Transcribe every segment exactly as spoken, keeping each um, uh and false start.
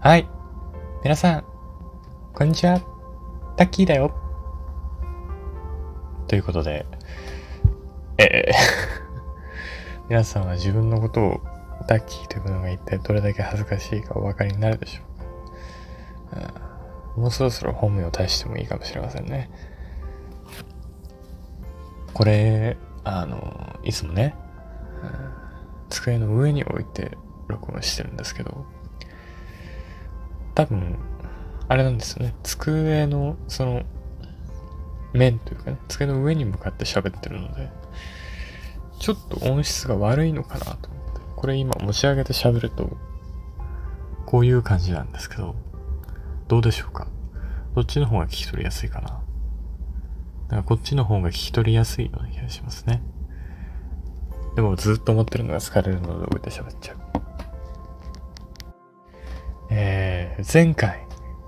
はい。皆さん、こんにちは。タッキーだよ。ということで、えー皆さんは自分のことをタッキーというのが一体どれだけ恥ずかしいかお分かりになるでしょうか。うん、もうそろそろ本名を出してもいいかもしれませんね。これ、あの、いつもね、うん、机の上に置いて録音してるんですけど、多分、あれなんですよね。机の、その、面というかね、机の上に向かって喋ってるので、ちょっと音質が悪いのかなと思って。これ今持ち上げて喋ると、こういう感じなんですけど、どうでしょうか。どっちの方が聞き取りやすいかな。だからこっちの方が聞き取りやすいような気がしますね。でもずっと思ってるのが疲れるので置いて喋っちゃう。えー、前回。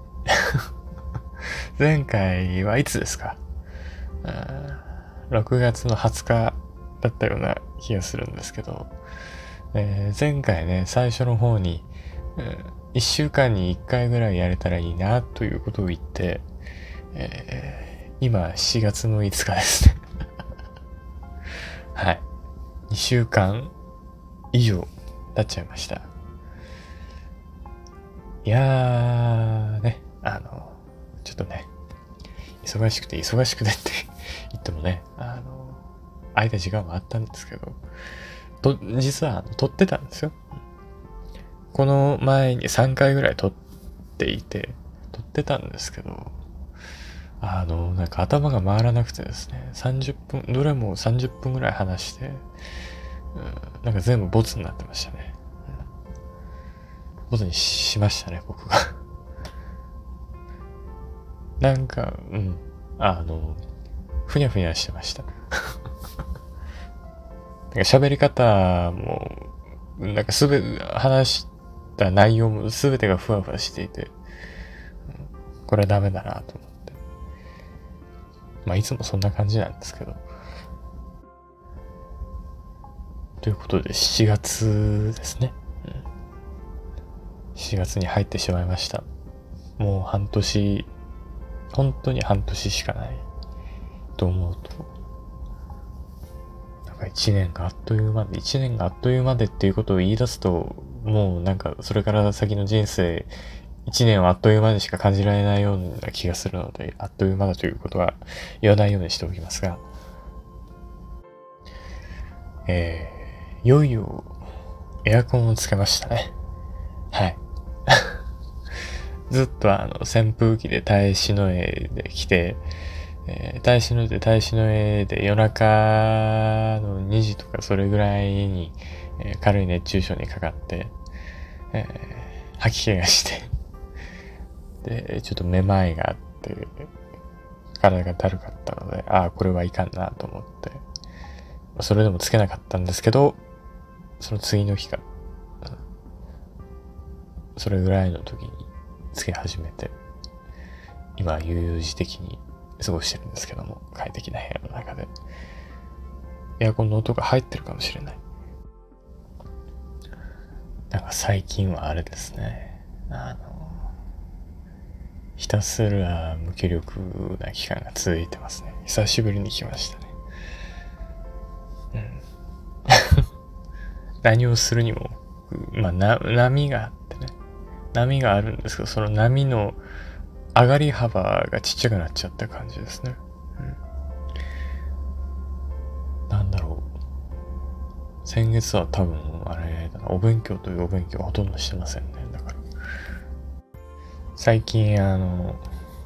前回はいつですか？ろくがつのはつかだったような気がするんですけど、えー、前回ね、最初の方に、いっしゅうかんにいっかいぐらいやれたらいいなということを言って、えー、今しがつのいつかですね。はい。にしゅうかん以上経っちゃいました。いやーね、あの、ちょっとね、忙しくて忙しくてって言ってもね、あの、空いた時間もあったんですけど、と、実は撮ってたんですよ。この前にさんかいぐらい撮っていて、撮ってたんですけど、あの、なんか頭が回らなくてですね、さんじゅっぷん、どれもさんじゅっぷんぐらい話して、うん、なんか全部ボツになってましたね。うん、ボツにしましたね、僕が。なんか、うん、あの、ふにゃふにゃしてました。なんか喋り方も、なんかすべ、話した内容もすべてがふわふわしていて、うん、これはダメだなと思って。まあ、いつもそんな感じなんですけど。ということで、しちがつですね。うん、しちがつに入ってしまいました。もう半年、本当に半年しかないと思うと、なんかいちねんがあっという間で、いちねんがあっという間でっていうことを言い出すと、もうなんかそれから先の人生、いちねんはあっという間にしか感じられないような気がするので、あっという間だということは言わないようにしておきますが、えー、いよいよエアコンをつけましたね。はい。ずっとあの扇風機で耐えしのえで来て、えー、耐えしのえで耐えしのえで夜中のにじとかそれぐらいに、えー、軽い熱中症にかかって、えー、吐き気がしてで、ちょっとめまいがあって、体がだるかったので、ああ、これはいかんなと思って、それでもつけなかったんですけど、その次の日か、それぐらいの時につけ始めて、今、悠々自適に過ごしてるんですけども、快適な部屋の中で。エアコンの音が入ってるかもしれない。なんか最近はあれですね。あの、ひたすら無気力な期間が続いてますね。久しぶりに来ましたね。うん。何をするにも、まあ、な、波があってね。波があるんですけど、その波の上がり幅がちっちゃくなっちゃった感じですね。うん、なんだろう。先月は多分、あれだな、お勉強というお勉強はほとんどしてませんね。だから。最近、あの、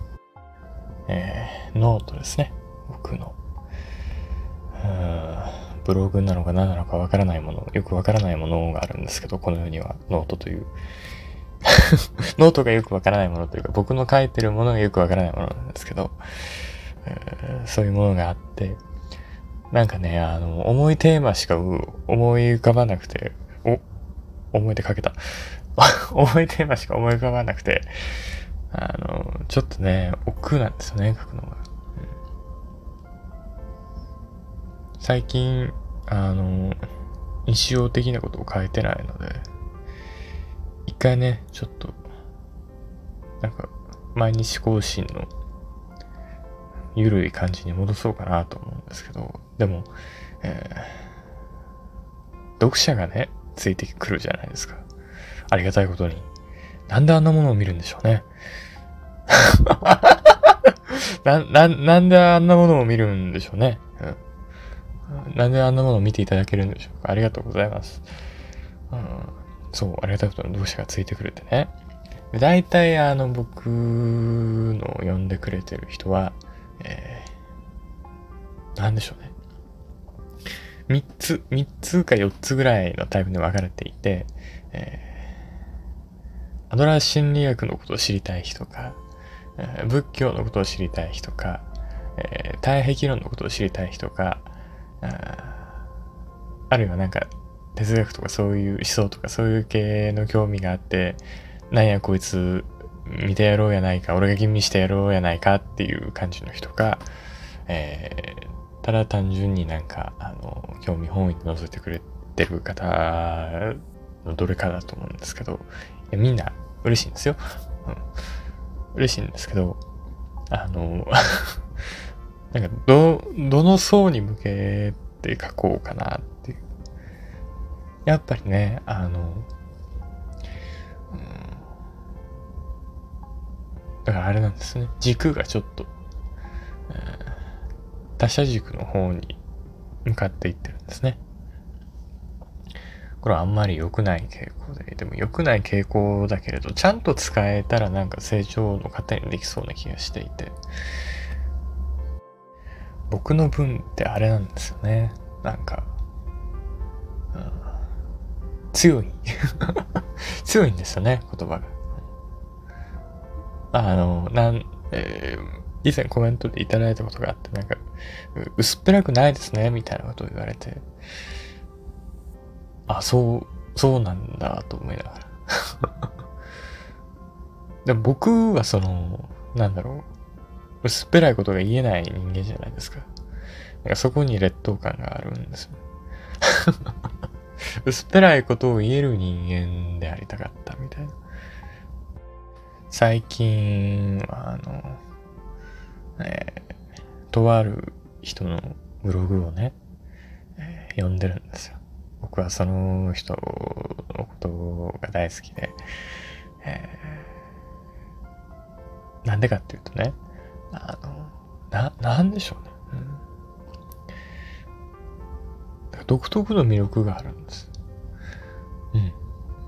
えー、ノートですね。僕の。ブログなのか何なのかわからないもの、よくわからないものがあるんですけど、この世にはノートという。ノートがよくわからないものというか、僕の書いてるものがよくわからないものなんですけど、えー、そういうものがあって、なんかね、あの、重いテーマしか思い浮かばなくて、お、思い出かけた。重いテーマしか思い浮かばなくて、あの、ちょっとね、億劫なんですよね、書くのが。最近、あの、日常的なことを書いてないので、一回ね、ちょっとなんか毎日更新のゆるい感じに戻そうかなと思うんですけど、でも、えー、読者がねついてくるじゃないですか。ありがたいことに。なんであんなものを見るんでしょうね。な、な、なんであんなものを見るんでしょうね。うん、なんであんなものを見ていただけるんでしょうか。ありがとうございます。うん、そう、ありがたいことに読者がついてくれてね。大体あの僕の読んでくれてる人は、えー、なんでしょうね。みっつ、みっつかよっつぐらいのタイプに分かれていて、えー、アドラー心理学のことを知りたい人か、えー、仏教のことを知りたい人か、えー、体壁論のことを知りたい人か、あ, あるいはなんか哲学とかそういう思想とかそういう系の興味があって、なんやこいつ見てやろうやないか、俺が吟味してやろうやないかっていう感じの人か、えー、ただ単純になんかあの興味本位に覗いてくれてる方のどれかだと思うんですけど、いやみんな嬉しいんですよ、うん、嬉しいんですけど、あのなんかどどの層に向けて書こうかなっていう、やっぱりね、あの、うん、だからあれなんですね、軸がちょっと、うん、他者軸の方に向かっていってるんですね。これはあんまり良くない傾向で、でも良くない傾向だけれど、ちゃんと使えたらなんか成長の過程にできそうな気がしていて、僕の文ってあれなんですよね。なんか、うん、強い強いんですよね、言葉が。あの、なん、えー、以前コメントでいただいたことがあって、なんか、薄っぺらくないですね、みたいなことを言われて、あ、そう、そうなんだと思いながら。でも僕はその、なんだろう、薄っぺらいことが言えない人間じゃないですか。なんかそこに劣等感があるんですよ。薄っぺらいことを言える人間でありたかったみたいな。最近、あの、えー、とある人のブログをね、えー、読んでるんですよ。僕はその人のことが大好きで、えー、なんでかっていうとね、あの、な、なんでしょうね。うん、独特の魅力があるんです。うん。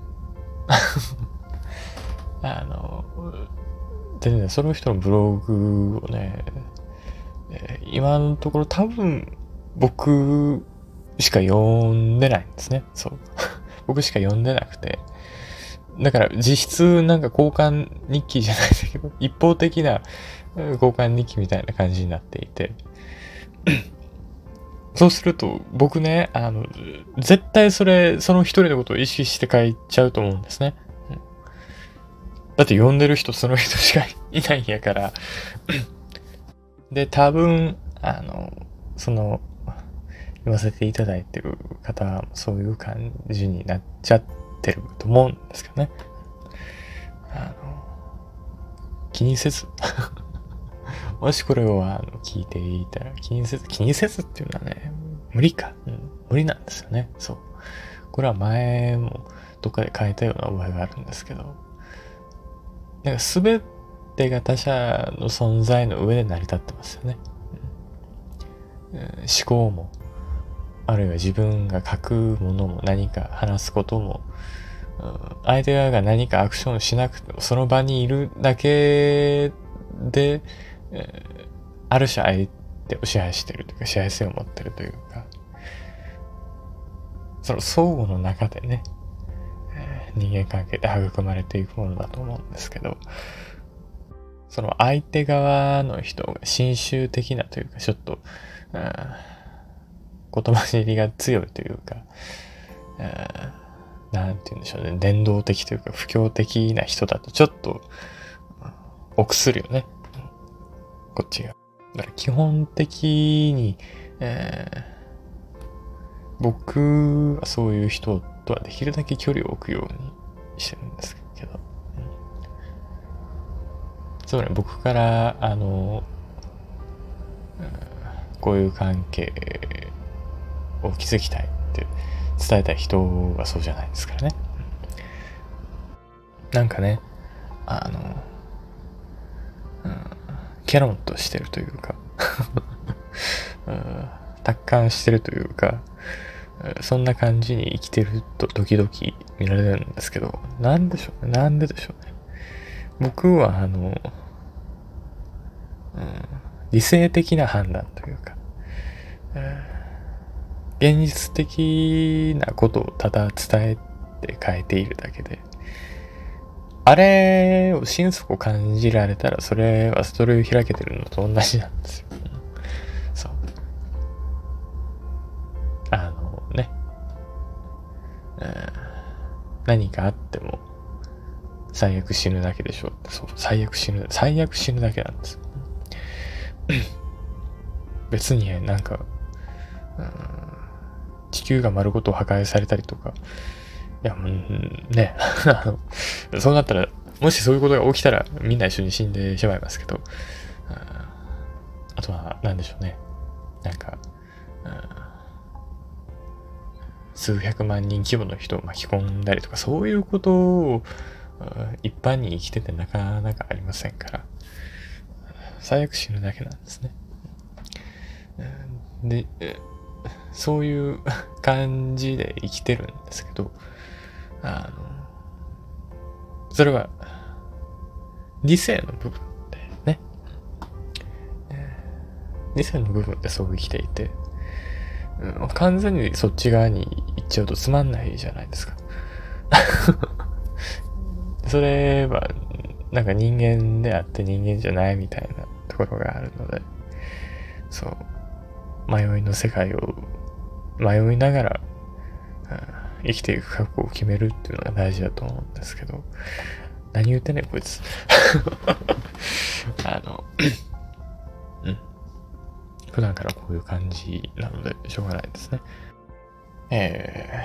あの、でね、その人のブログをね、えー、今のところ多分僕しか読んでないんですね。そう。僕しか読んでなくて。だから実質なんか交換日記じゃないですけど、一方的な交換日記みたいな感じになっていて。そうすると僕ね、あの、絶対それ、その一人のことを意識して書いちゃうと思うんですね。だって読んでる人その人しかいないんやから。で、多分、あの、その、言わせていただいてる方はそういう感じになっちゃってると思うんですけどね。あの、気にせず。もしこれをあの聞いていたら気にせず、気にせずっていうのはね、無理か。うん、無理なんですよね。そう。これは前もどっかで書いたような覚えがあるんですけど、なんか全てが他者の存在の上で成り立ってますよね。うん、思考も、あるいは自分が書くものも何か話すことも、うん、相手側が何かアクションしなくてもその場にいるだけで、えー、ある種相手を支配しているというか支配性を持っているというか、その相互の中でね、えー、人間関係で育まれていくものだと思うんですけど、その相手側の人が親衆的なというか、ちょっと、うん、言葉尻が強いというか、うん、なんて言うんでしょうね、伝道的というか、不況的な人だとちょっと、臆するよね。こっちが。だから基本的に、えー、僕はそういう人とはできるだけ距離を置くようにしてるんですけど。 つまり僕から、あの、こういう関係を築きたいって伝えた人はそうじゃないですからね。なんかね、あの、うん、ケロンとしてるというか、うん、達観してるというか、そんな感じに生きてると時々見られるんですけど、なんでしょうね。なんででしょうね。僕は、あの、うん、理性的な判断というか、現実的なことをただ伝えて変えているだけで、あれを心底感じられたら、それはストーリーを開けてるのと同じなんですよ。そう。あのね、うん、何かあっても、最悪死ぬだけでしょって、そう、最悪死ぬ、最悪死ぬだけなんです。別になんか、うん、地球が丸ごと破壊されたりとか、いや、もうね、あの、そうなったら、もしそういうことが起きたら、みんな一緒に死んでしまいますけど、あとは、なんでしょうね。なんか、数百万人規模の人を巻き込んだりとか、そういうことを一般に生きててなかなかありませんから、最悪死ぬだけなんですね。で、そういう感じで生きてるんですけど、あの、それは理性の部分でね、理性の部分でそう生きていて、うん、完全にそっち側に行っちゃうとつまんないじゃないですか。それはなんか人間であって人間じゃないみたいなところがあるので、そう迷いの世界を迷いながら、うん、生きていく覚悟を決めるっていうのが大事だと思うんですけど、何言ってんねんこいつ。あの、うん、普段からこういう感じなのでしょうがないですね。え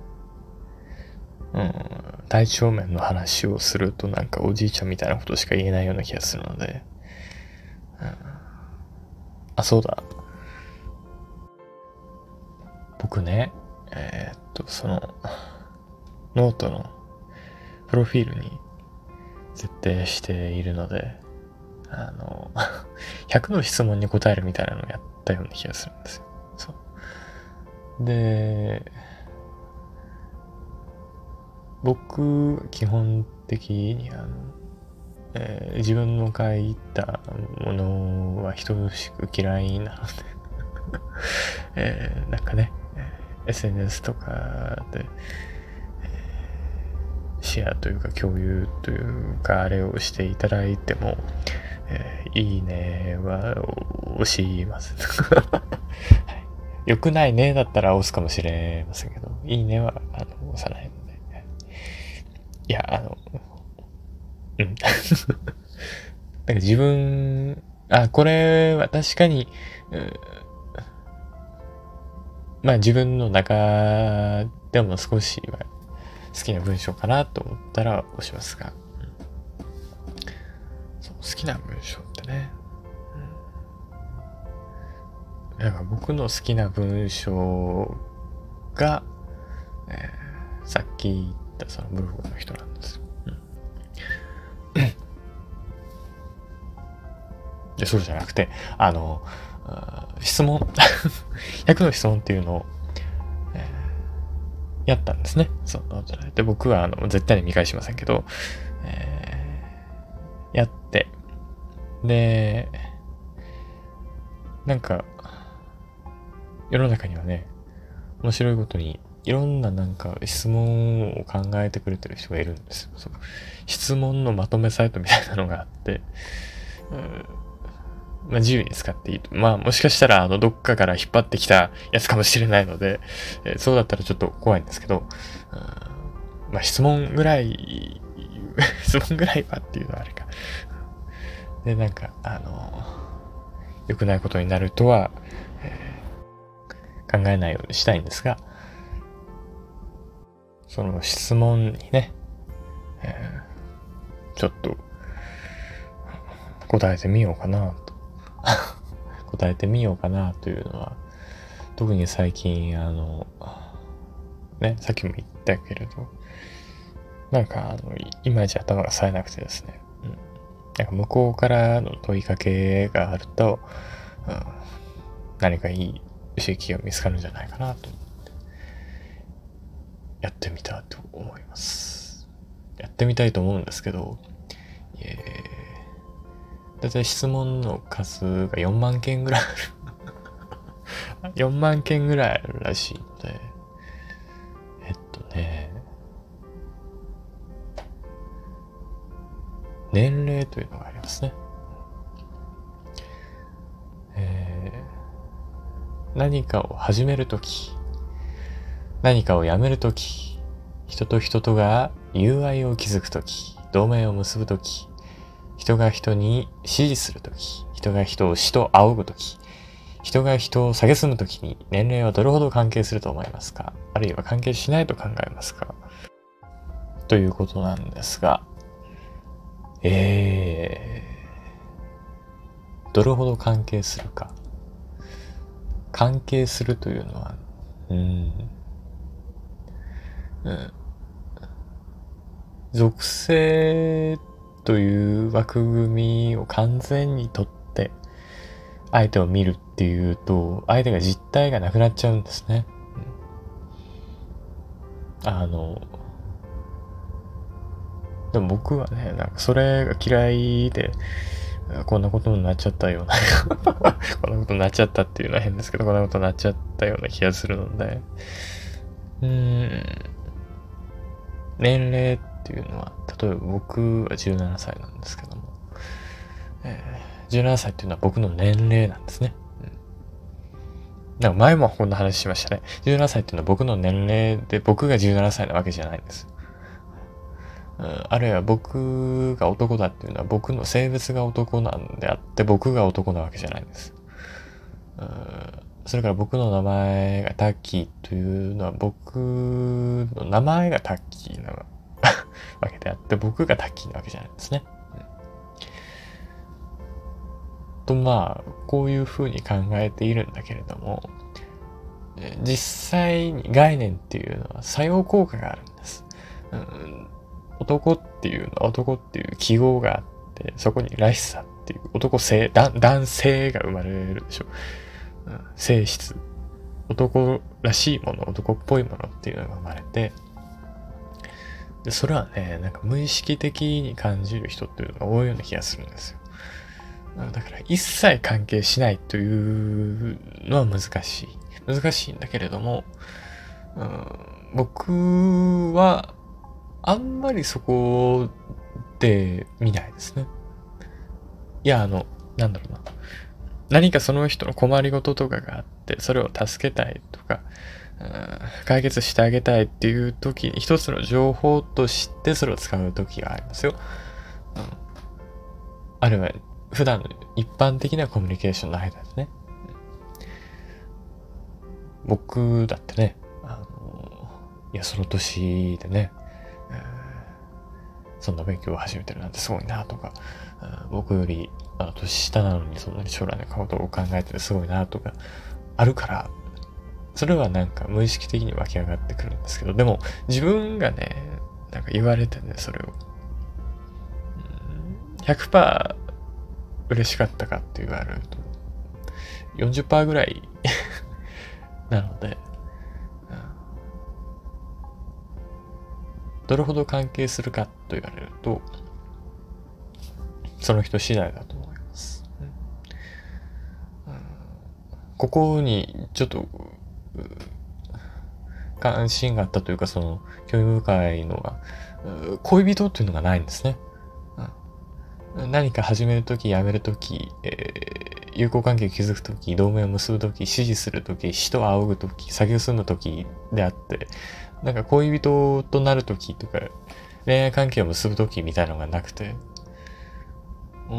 ー、うん、体調面の話をするとなんかおじいちゃんみたいなことしか言えないような気がするので、うん、あ、そうだ。僕ね、えー、っと、その、ノートのプロフィールに設定しているので、あの、ひゃくの質問に答えるみたいなのをやったような気がするんですよ。そう。で、僕、基本的に、あの、えー、自分の書いたものは等しく嫌いなので、えー、なんかね、エスエヌエス とかで、シェアというか共有というかあれをしていただいても、えー、いいねは押します。はい、よくないねだったら押すかもしれませんけど、いいねはあの押さないので。いや、あの、うん。なんか自分、あ、これは確かに、まあ自分の中でも少しは好きな文章かなと思ったら押しますが、うん、そう好きな文章ってね、うん、だから僕の好きな文章が、えー、さっき言ったそのブログの人なんですよ。うん、でそうじゃなくて、あの、質問、ひゃくの質問っていうのを、えー、やったんですね。そので僕はあの絶対に見返しませんけど、えー、やって、で、なんか、世の中にはね、面白いことに、いろんななんか質問を考えてくれてる人がいるんですよ。そう質問のまとめサイトみたいなのがあって、うんまあ、自由に使っていいと。まあもしかしたらあのどっかから引っ張ってきたやつかもしれないので、えー、そうだったらちょっと怖いんですけど、うん、まあ質問ぐらい、質問ぐらいはっていうのはあれか。で、なんか、あの、良くないことになるとは、えー、考えないようにしたいんですが、その質問にね、えー、ちょっと、 答えてみようかなと答えてみようかなというのは、特に最近あのね、さっきも言ったけれど、なんかあのいまいち頭が冴えなくてですね、うん、なんか向こうからの問いかけがあると、うん、何かいい刺激が見つかるんじゃないかなと思ってやってみたと思います。やってみたいと思うんですけど、えー、だいたい質問の数がよんまんけんぐらいあるよんまんけんぐらいあるらしいので、えっとね年齢というのがありますね。えー、何かを始めるとき、何かをやめるとき、人と人とが友愛を築くとき、同盟を結ぶとき、人が人に支持するとき、人が人を死と仰ぐとき、人が人を蔑むときに年齢はどれほど関係すると思いますか？あるいは関係しないと考えますか？ということなんですが、えー、どれほど関係するか。関係するというのは、うーん、うん、属性という枠組みを完全にとって相手を見るっていうと、相手が実体がなくなっちゃうんですね。うん、あの、でも僕はね、なんかそれが嫌いで、こんなことになっちゃったようなこんなことになっちゃったっていうのは変ですけど、こんなことになっちゃったような気がするので、うーん、年齢っていうのは、例えば僕はじゅうななさいなんですけども、えー、じゅうななさいっていうのは僕の年齢なんですね。うん、なんか前もこんな話しましたね。じゅうななさいっていうのは僕の年齢で、僕がじゅうななさいなわけじゃないんです。うん、あるいは僕が男だっていうのは僕の性別が男なんであって僕が男なわけじゃないんです。うん、それから僕の名前がタッキーというのは僕の名前がタッキーなわけであって僕がタッキーなわけじゃないんですね。うん、とまあこういうふうに考えているんだけれども、実際に概念っていうのは作用効果があるんです。うん、男っていうのは男っていう記号があって、そこにらしさっていう男性、男性が生まれるでしょ。うん、性質。男らしいもの、男っぽいものっていうのが生まれて、でそれはね、なんか無意識的に感じる人っていうのが多いような気がするんですよ。だから一切関係しないというのは難しい。難しいんだけれども、うん、僕はあんまりそこで見ないですね。いや、あの、なんだろうな。何かその人の困りごととかがあって、それを助けたいとか、うん、解決してあげたいっていう時に一つの情報としてそれを使う時がありますよ。うん、あるいは普段の一般的なコミュニケーションの間でね。僕だってね、あの、いや、その年でね、えー、そんな勉強を始めてるなんてすごいなとか、僕よりあの年下なのにそんなに将来のことを考えててすごいなとかあるから、それはなんか無意識的に湧き上がってくるんですけど、でも自分がね、なんか言われてね、それを、ひゃくパーセント 嬉しかったかって言われると、よんじゅっパーセント ぐらいなので、うん、どれほど関係するかと言われると、その人次第だと思います。うん、ここにちょっと関心があったというか、その興味深いのが、恋人っていうのがないんですね。うん、何か始めるとき、やめるとき、えー、友好関係を築くとき、同盟を結ぶとき、支持するとき、死と仰ぐとき、先を進むときであって、なんか恋人となるときとか、恋愛関係を結ぶときみたいなのがなくて、うん。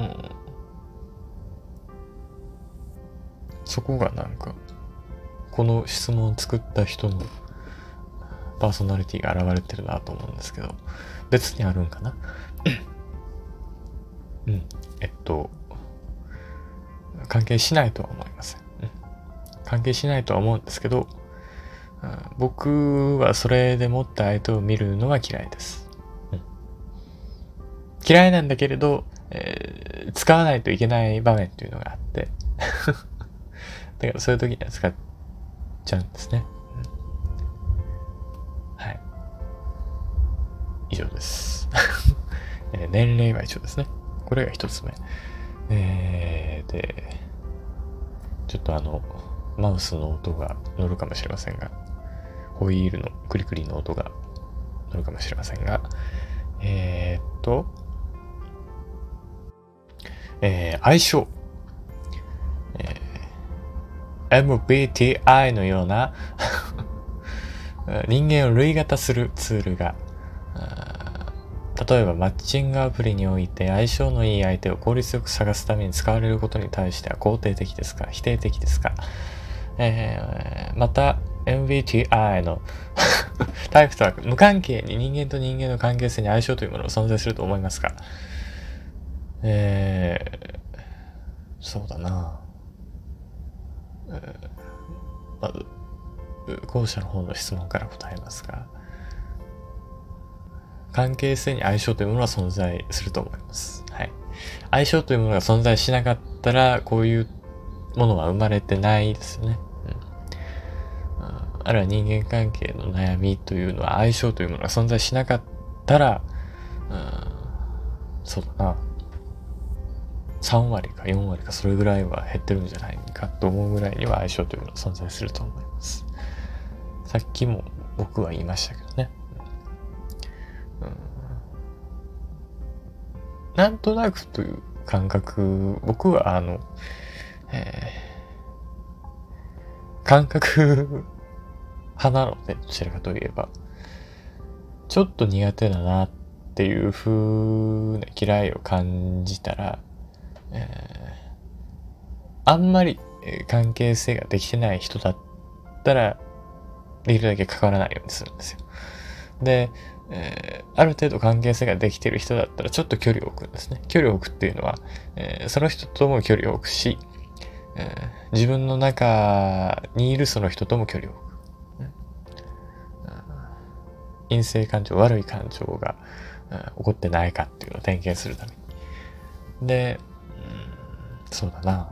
そこがなんか、この質問を作った人のパーソナリティが現れてるなと思うんですけど、別にあるんかなうん。えっと、 関係しないとは思いません。うん、関係しないとは思うんですけど、うん、僕はそれでもって相手を見るのは嫌いです。うん、嫌いなんだけれど、えー、使わないといけない場面っていうのがあってだからそういう時には使っちゃうんですね。うん、はい。以上です。年齢は一緒ですね。これが一つ目。えー、で、ちょっとあの、マウスの音が乗るかもしれませんが、ホイールのクリクリの音が乗るかもしれませんが、えー、っと、えー、相性。えー、エムビーティーアイ のような人間を類型するツールが、例えばマッチングアプリにおいて相性のいい相手を効率よく探すために使われることに対しては肯定的ですか、否定的ですか。えー、また エムビーティーアイ のタイプとは無関係に人間と人間の関係性に相性というものが存在すると思いますか。えー、そうだな、えー、まず後者の方の質問から答えますが、関係性に相性というものは存在すると思います。はい。相性というものが存在しなかったら、こういうものは生まれてないですよね。うん、あるいは人間関係の悩みというのは相性というものが存在しなかったら、うん、そうだな。さんわりかよんわりかそれぐらいは減ってるんじゃないかと思うぐらいには相性というものが存在すると思います。さっきも僕は言いましたけどね。うん、なんとなくという感覚、僕はあの、えー、感覚派なので、どちらかといえば、ちょっと苦手だなっていう風な嫌いを感じたら、えー、あんまり関係性ができてない人だったら、できるだけ関わらないようにするんですよ。で、えー、ある程度関係性ができている人だったらちょっと距離を置くんですね。距離を置くっていうのは、えー、その人とも距離を置くし、えー、自分の中にいるその人とも距離を置く。陰性感情、悪い感情が、うん、起こってないかっていうのを点検するために。で、うん、そうだな。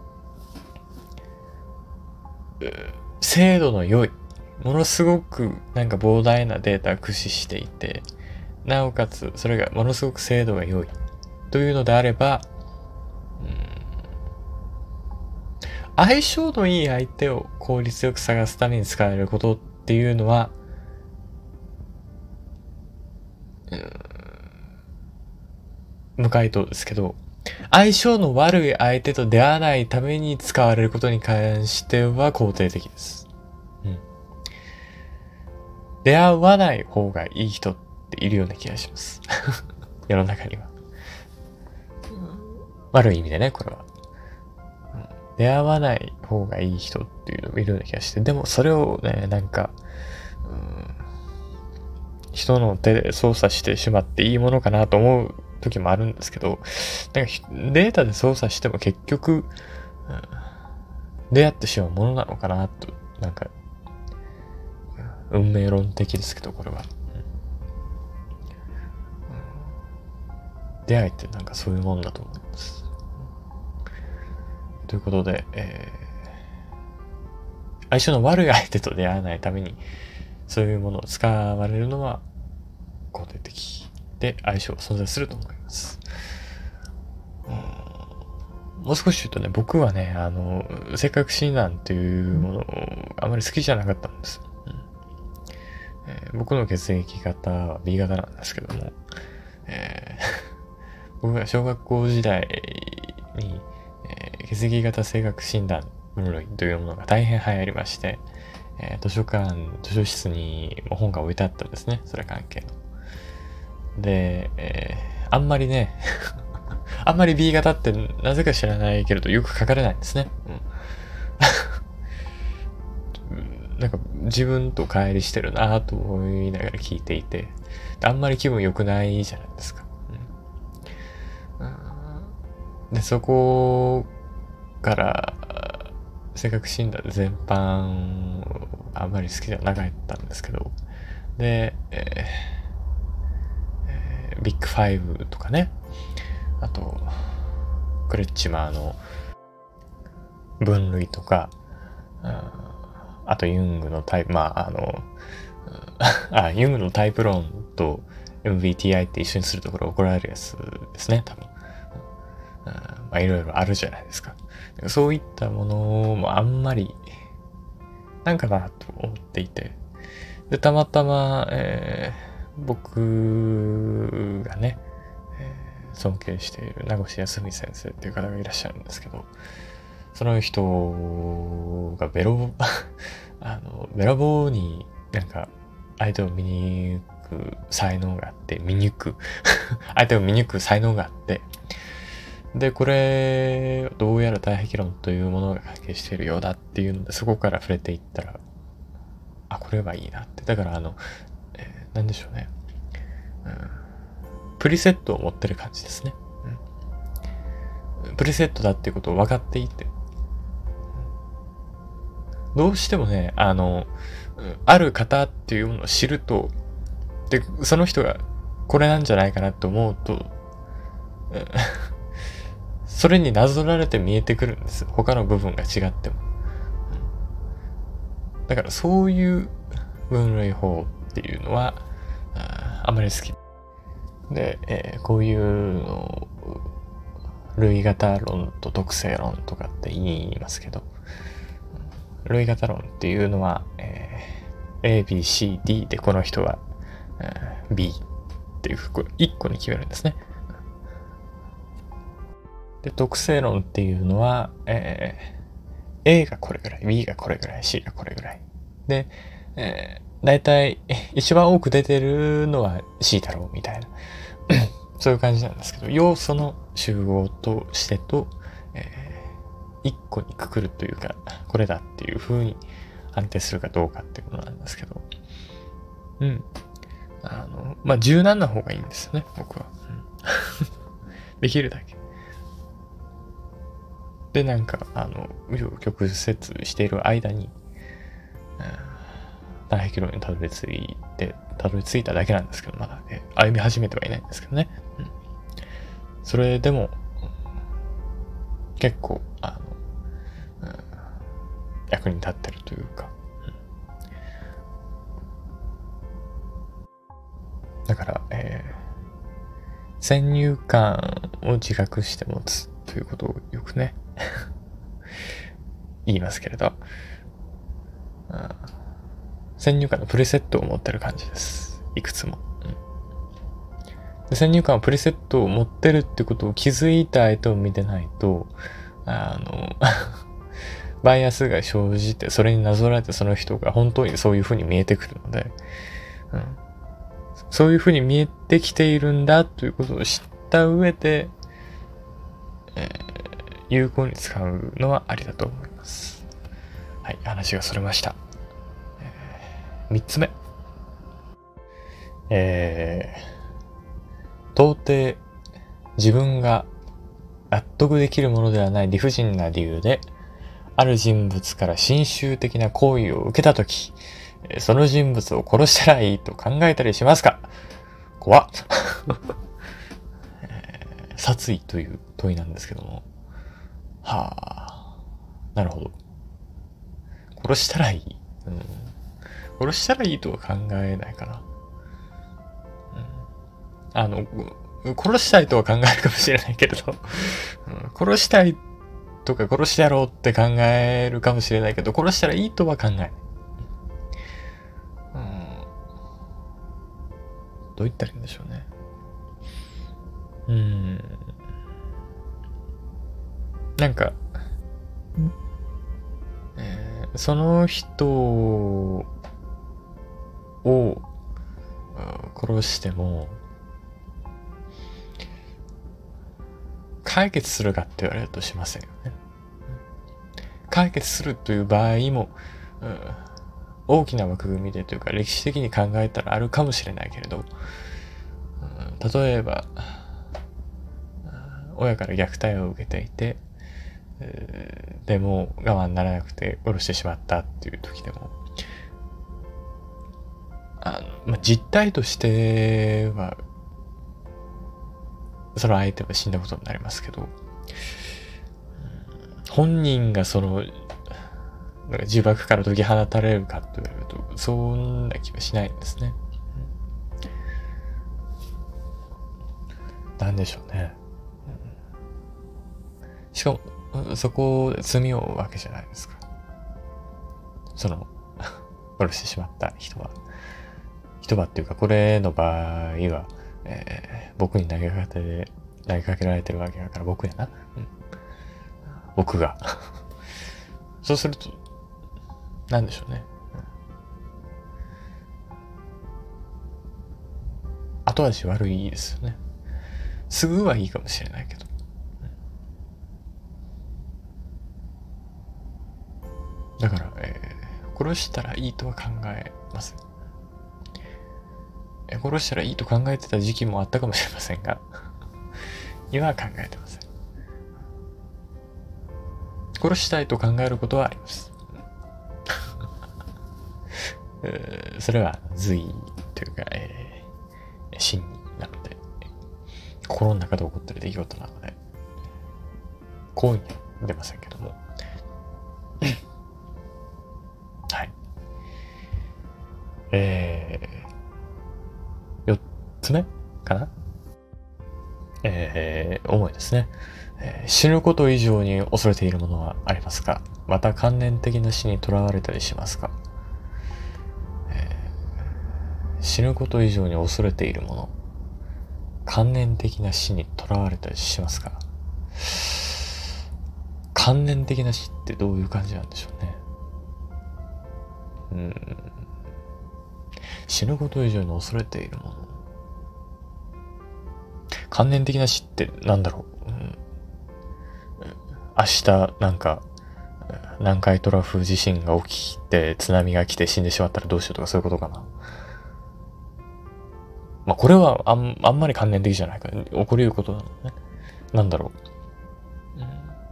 精度の良い、ものすごくなんか膨大なデータを駆使していて、なおかつそれがものすごく精度が良いというのであれば、うん、相性のいい相手を効率よく探すために使われることっていうのは、うん、無回答ですけど、相性の悪い相手と出会わないために使われることに関しては肯定的です。うん、出会わない方がいい人っているような気がします。世の中には。悪い意味でね、これは。出会わない方がいい人っていうのもいるような気がして、でもそれをね、なんか、うん、人の手で操作してしまっていいものかなと思う時もあるんですけど、なんかデータで操作しても結局、うん、出会ってしまうものなのかなと、なんか、運命論的ですけど、これは。うん、出会いってなんかそういうもんだと思います。ということで、えー、相性の悪い相手と出会わないために、そういうものを使われるのは肯定的で相性が存在すると思います。うん、もう少し言うとね、僕はね、あの、性格診断っていうものをあまり好きじゃなかったんです。うん、えー、僕の血液型は ビー 型なんですけども、えー、僕が小学校時代に、えー、血液型性格診断分類というものが大変流行りまして、えー、図書館、図書室にも本が置いてあったんですね。それ関係の。で、えー、あんまりね、あんまり ビー 型ってなぜか知らないけれどよく書かれないんですね。うん、なんか自分と乖離してるなと思いながら聞いていて、あんまり気分良くないじゃないですか。うん、で、そこから性格診断全般あんまり好きじゃなかったんですけど、で、えーえー、ビッグファイブとかね、あとクレッチマーの分類とか、あとユングのタイプ、まああのあユングのタイプ論と エムビーティーアイ って一緒にするところ怒られるやつですね、多分。まあいろいろあるじゃないですか。そういったものもあんまりなんかなと思っていて、でたまたま、えー、僕がね、えー、尊敬している名越康文先生っていう方がいらっしゃるんですけど、その人がベロあのベラボーになんか相手を見に行く才能があって見に行く相手を見に行く才能があって、でこれどうやら対比論というものが関係しているようだっていうので、そこから触れていったら、あこれはいいなって。だからあの、えー、なんでしょうね、うん、プリセットを持ってる感じですね、うん、プリセットだっていうことを分かっていて、どうしてもね、あのある方っていうものを知ると、でその人がこれなんじゃないかなと思うと、それになぞられて見えてくるんです。他の部分が違っても。だからそういう分類法っていうのは あ, あまり好きで、えー、こういうの類型論と特性論とかって言いますけど、類型論っていうのは、えー、A、B、C、D でこの人は、えー、B っていうこれいっこに決めるんですね。で特性論っていうのは、えー、A がこれぐらい、B がこれぐらい、C がこれぐらいで、えー、だいたい一番多く出てるのは C だろうみたいなそういう感じなんですけど、要素の集合としてと、えー、いっこにくくるというか、これだっていう風に判定するかどうかっていうことなんですけど、うんあのまあ柔軟な方がいいんですよね、僕は、うん、できるだけで、なんかあの紆余曲折している間に、対比論にたどり着いてたどり着いただけなんですけど、まだ、ね、歩み始めてはいないんですけどね、うん、それでも結構あの、うん、役に立ってるというか、うん、だから、えー、先入観を自覚して持つということをよくね言いますけれど、うん、先入観のプリセットを持ってる感じです。いくつも、うん、で先入観はプリセットを持ってるってことを気づいた相手を見てないと、あのバイアスが生じて、それになぞらえてその人が本当にそういう風に見えてくるので、うん、そういう風に見えてきているんだということを知った上で、えー、有効に使うのはありだと思います。はい、話がそれました。えー、みっつめ、えー、到底自分が納得できるものではない理不尽な理由である人物から侵襲的な行為を受けたとき、その人物を殺したらいいと考えたりしますか？怖っ、えー、殺意という問いなんですけども、はあ、なるほど。殺したらいい、うん、殺したらいいとは考えないかな、うん、あの殺したいとは考えるかもしれないけれど、うん、殺したいとか殺してやろうって考えるかもしれないけど、殺したらいいとは考えない、うん、どう言ったらいいんでしょうね。うん、なんか、えー、その人を殺しても解決するかって言われるとしませんよね。解決するという場合も、うん、大きな枠組みでというか歴史的に考えたらあるかもしれないけれど、うん、例えば親から虐待を受けていて、 えー、でも我慢ならなくて殺してしまったっていう時でも、あの、まあ、実態としてはその相手は死んだことになりますけど、本人がそのなんか呪縛から解き放たれるかと言われるとそんな気はしないんですね。なんでしょうね。しかもそこで罪を負うわけじゃないですか。その殺してしまった人は人はっていうか、これの場合は、えー、僕に投げかけて投げかけられてるわけだから僕やな、うん、僕がそうするとなんでしょうね、うん、後味悪いですよね。すぐはいいかもしれないけど、うん、だから、えー、殺したらいいとは考えます。殺したらいいと考えてた時期もあったかもしれませんが今は考えてません。殺したいと考えることはありますそれは随というか、えー、真理なので、心の中で起こっている出来事なので行為には出ませんけどもはい。えー、よっつめかな、えー、重いですね、えー。死ぬこと以上に恐れているものはありますか？また観念的な死にとらわれたりしますか？えー、死ぬこと以上に恐れているもの、観念的な死にとらわれたりしますか？観念的な死ってどういう感じなんでしょうね。うん、死ぬこと以上に恐れているもの、観念的な死ってなんだろう、うん、明日なんか南海トラフ地震が起きて津波が来て死んでしまったらどうしようとか、そういうことかな。まあこれはあんあんまり観念的じゃないから起こり得ることなのね。なんだろう、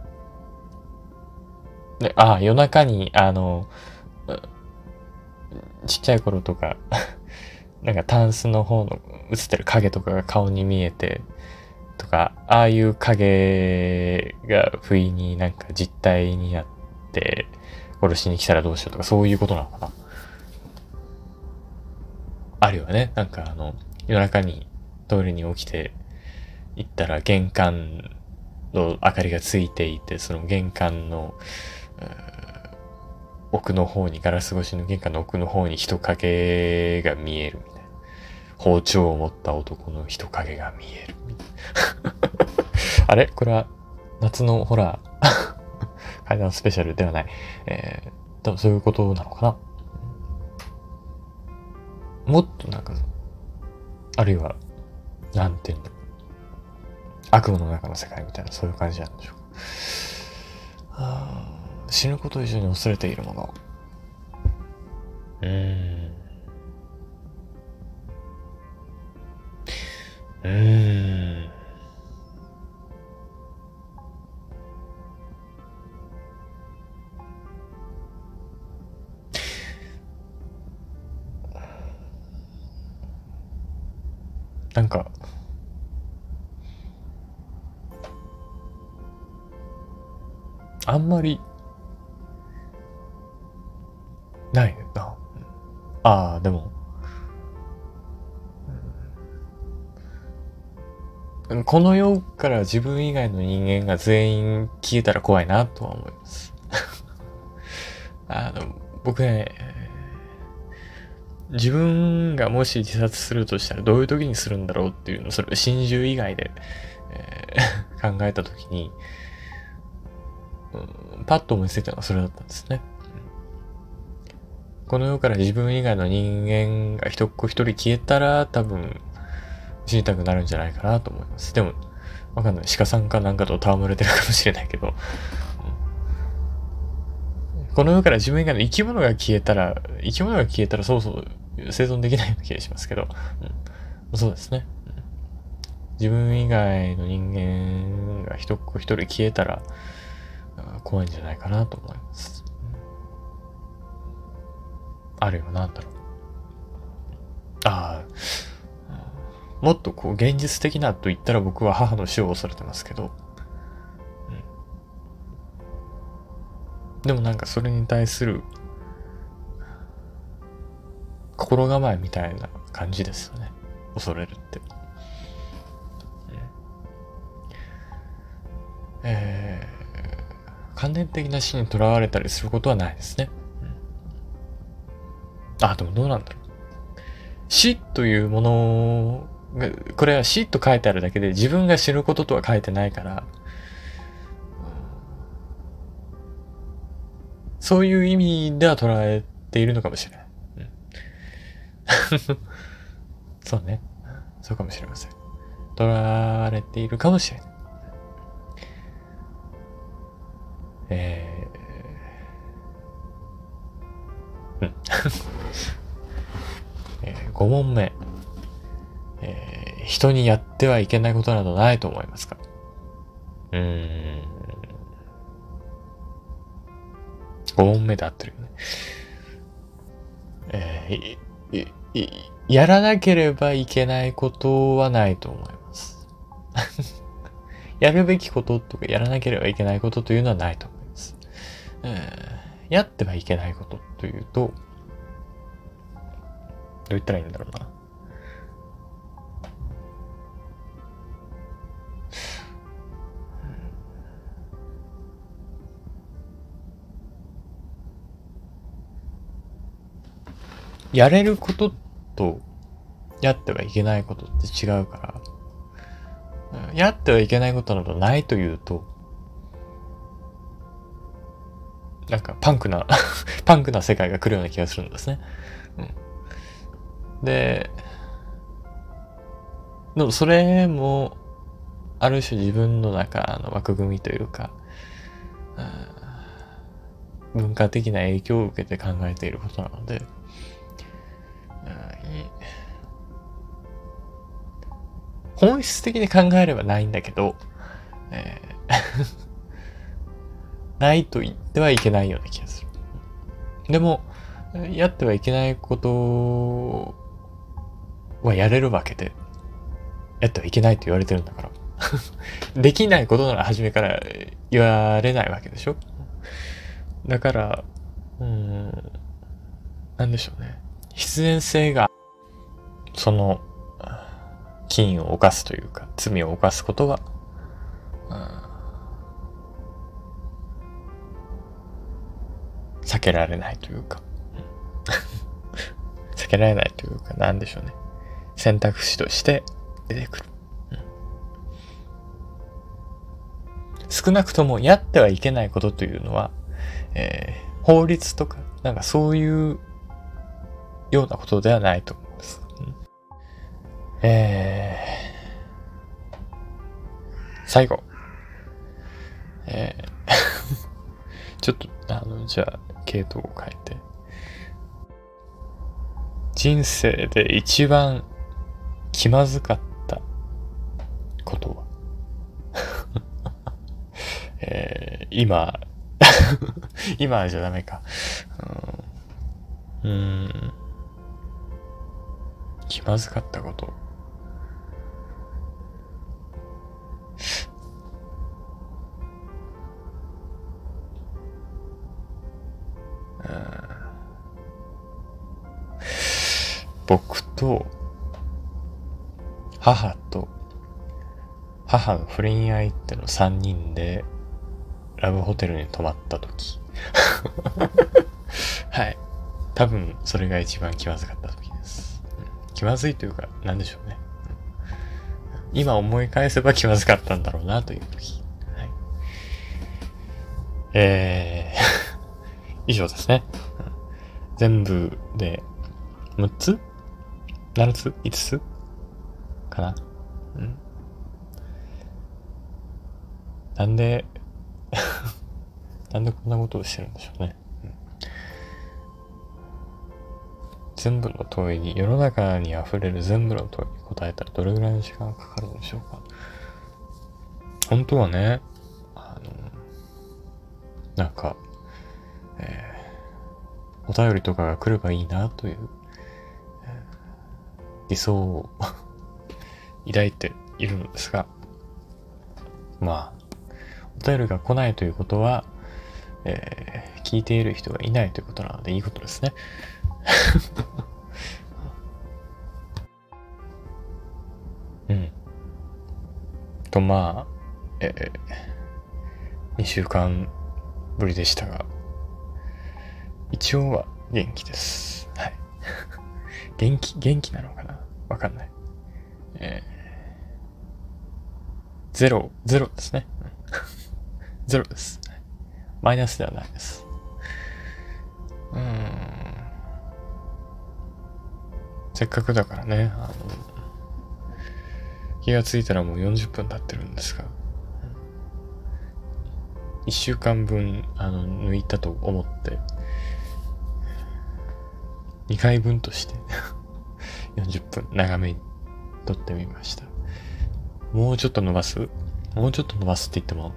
うん、で、ああ夜中にあのちっちゃい頃とかなんかタンスの方の映ってる影とかが顔に見えてとか、ああいう影が不意になんか実体になって殺しに来たらどうしようとか、そういうことなのかな。あるよね。なんかあの夜中にトイレに起きて行ったら玄関の明かりがついていて、その玄関の奥の方に、ガラス越しの玄関の奥の方に人影が見えるみたいな。包丁を持った男の人影が見えるみたいなあれこれは夏のホラー怪談スペシャルではない。えー、多分そういうことなのかな。もっとなんか、あるいは、なんていうの、悪夢の中の世界みたいな、そういう感じなんでしょうか。死ぬこと以上に恐れているもの。うーん。うーん。なんか、あんまり、ないな。ああ、でも、この世から自分以外の人間が全員消えたら怖いなとは思いますあの僕ね、自分がもし自殺するとしたらどういう時にするんだろうっていうのを、それ心中以外で、えー、考えた時に、うん、パッと思いついたのはそれだったんですね。この世から自分以外の人間が一っ子一人消えたら多分死にたくなるんじゃないかなと思います。でもわかんない、鹿さんかなんかと戯れてるかもしれないけど、うん、この世から自分以外の生き物が消えたら生き物が消えたらそうそう生存できないような気がしますけど、うん、そうですね、うん、自分以外の人間が一っ子一人消えたら怖いんじゃないかなと思います。あるいはなんだろう。ああ、もっとこう現実的なと言ったら僕は母の死を恐れてますけど、うん、でもなんかそれに対する心構えみたいな感じですよね。恐れるって。えー、観念的な死にとらわれたりすることはないですね。うん、あ、でもどうなんだろう。死というものが、これは死と書いてあるだけで自分が死ぬこととは書いてないから、そういう意味では捉えているのかもしれない。うん、そうね。そうかもしれません。捉われているかもしれない。えー、うん。えー、ご問目。えー、人にやってはいけないことなどないと思いますか？うーん。ご問目で合ってるよね。えー、い、い、やらなければいけないことはないと思います。やるべきこととかやらなければいけないことというのはないと思います。えー、やってはいけないことというと、どう言ったらいいんだろうな。やれることとやってはいけないことって違うから、やってはいけないことなどないというと、なんかパンクなパンクな世界が来るような気がするんですね。うん、で、でもそれもある種自分の中の枠組みというか、うん、文化的な影響を受けて考えていることなので、本質的に考えればないんだけど、えーないと言ってはいけないような気がする。でも、やってはいけないことはやれるわけで、やってはいけないと言われてるんだから。できないことなら初めから言われないわけでしょ。だから、うーん、なんでしょうね。必然性が、その、禁を犯すというか、罪を犯すことは、避けられないというか、避けられないというか、なんでしょうね。選択肢として出てくる。少なくともやってはいけないことというのは、えー、法律とか、なんかそういうようなことではないと思うんです。うん、えー、最後。えー、ちょっと、あの、じゃあ、系統を変えて。人生で一番気まずかったことはえー、今、今じゃダメか。うん、うーん。気まずかったこと。僕と母と母の不倫相手のさんにんでラブホテルに泊まった時はい、多分それが一番気まずかった時です。気まずいというか、なんでしょうね。今思い返せば気まずかったんだろうなという時。はい、えー以上ですね。全部でむっつ ?なな つ ?いつ つかな、うん、なんでなんでこんなことをしてるんでしょうね。うん、全部の問いに、世の中に溢れる全部の問いに答えたらどれぐらいの時間がかかるんでしょうか。本当はね、あの、 なんか、えー、お便りとかが来ればいいなという、えー、理想を抱いているのですが、まあ、お便りが来ないということは、えー、聞いている人がいないということなのでいいことですね。うん。と、まあ、えー、にしゅうかんぶりでしたが、一応は元気です。はい。元気、元気なのかなわかんない。えー、ゼロ、ゼロですね。ゼロです。マイナスではないです。うーん。せっかくだからね、あの、気がついたらもうよんじゅっぷん経ってるんですが、いっしゅうかんぶん、あの、抜いたと思って、にかいぶんとしてよんじゅっぷん長めに撮ってみました。もうちょっと伸ばすもうちょっと伸ばすって言っても、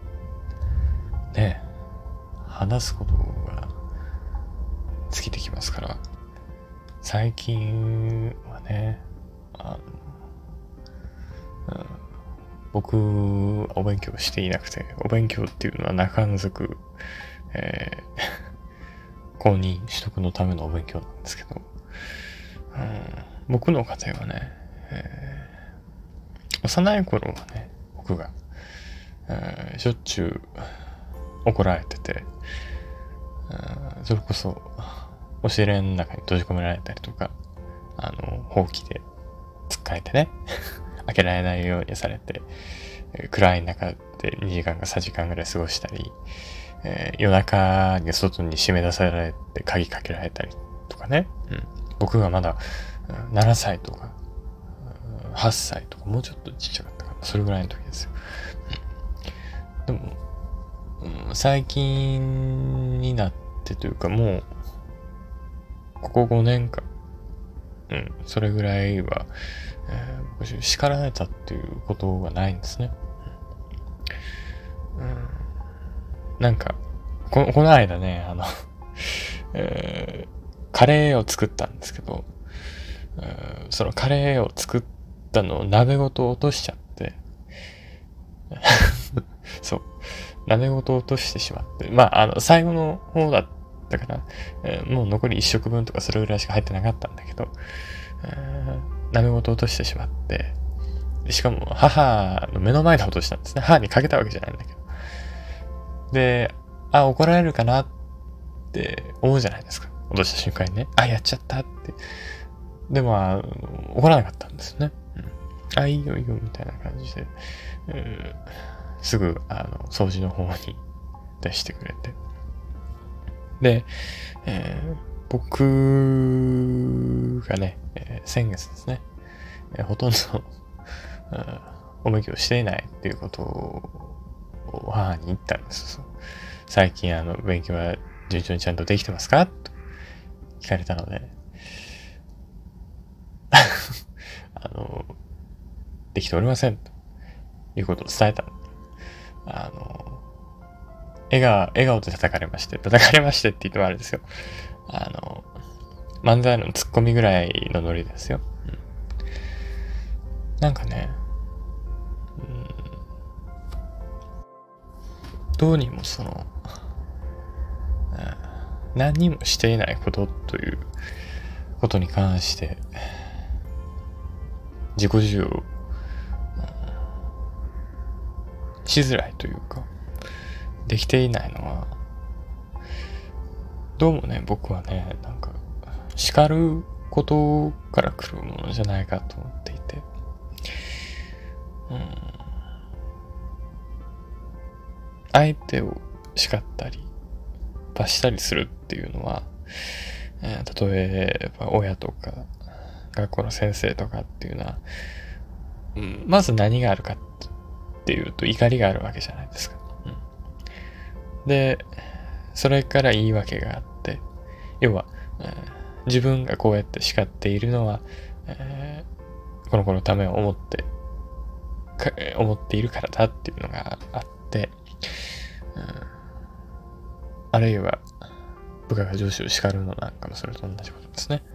ねえ、話すことが尽きてきますから、最近はね、あの、うん、僕はお勉強していなくて、お勉強っていうのは中んずく、えー、公認取得のためのお勉強なんですけど、うん、僕の家庭はね、えー、幼い頃はね、僕が、えー、しょっちゅう怒られてて、うん、それこそ押し入れの中に閉じ込められたりとか、あの、ほうきで突っかえてね、開けられないようにされて、暗い中でにじかんかさんじかんぐらい過ごしたり、えー、夜中に外に締め出されて鍵かけられたりとかね、うん、僕がまだななさいとかはっさいとか、もうちょっとちっちゃかったかな、それぐらいの時ですよ。でも、うん、最近になってというか、もうここごねんかん、うん、それぐらいは、えー、僕叱られたっていうことがないんですね。うん、なんかここの間ね、あの、えー、カレーを作ったんですけど、えー、そのカレーを作ったのを鍋ごと落としちゃってそう鍋ごと落としてしまって、まああの最後の方だったから、えー、もう残りいっ食分とかそれぐらいしか入ってなかったんだけど、えー、鍋ごと落としてしまって、しかも母の目の前で落としたんですね。母にかけたわけじゃないんだけど。で、あ、怒られるかなって思うじゃないですか。落とした瞬間にね。あ、やっちゃったって。でも、あの怒らなかったんですね。うん、あ、いいよいいよみたいな感じで、うん、すぐ、あの、掃除の方に出してくれて。で、えー、僕がね、えー、先月ですね、えー、ほとんどお勉強していないっていうことを母に言ったんです。最近あの勉強は順調にちゃんとできてますかと聞かれたのであのできておりませんということを伝えた。あの笑顔笑顔で叩かれまして叩かれましてって言ってもあれですよ。あの漫才のツッコミぐらいのノリですよ。うん、なんかね、うん、どうにもその、うん、何にもしていないことということに関して自己需要、うん、しづらいというかできていないのはどうもね、僕はね、なんか叱ることから来るものじゃないかと思っていて、うん、相手を叱ったり罰したりするっていうのは、えー、例えば親とか学校の先生とかっていうのは、うん、まず何があるかっていうと怒りがあるわけじゃないですか。うん、で、それから言い訳があって、要は、えー、自分がこうやって叱っているのは、えー、この子のためを思って思っているからだっていうのがあって、 るいは部下が上司を叱るのなんかもそれと同じことですね。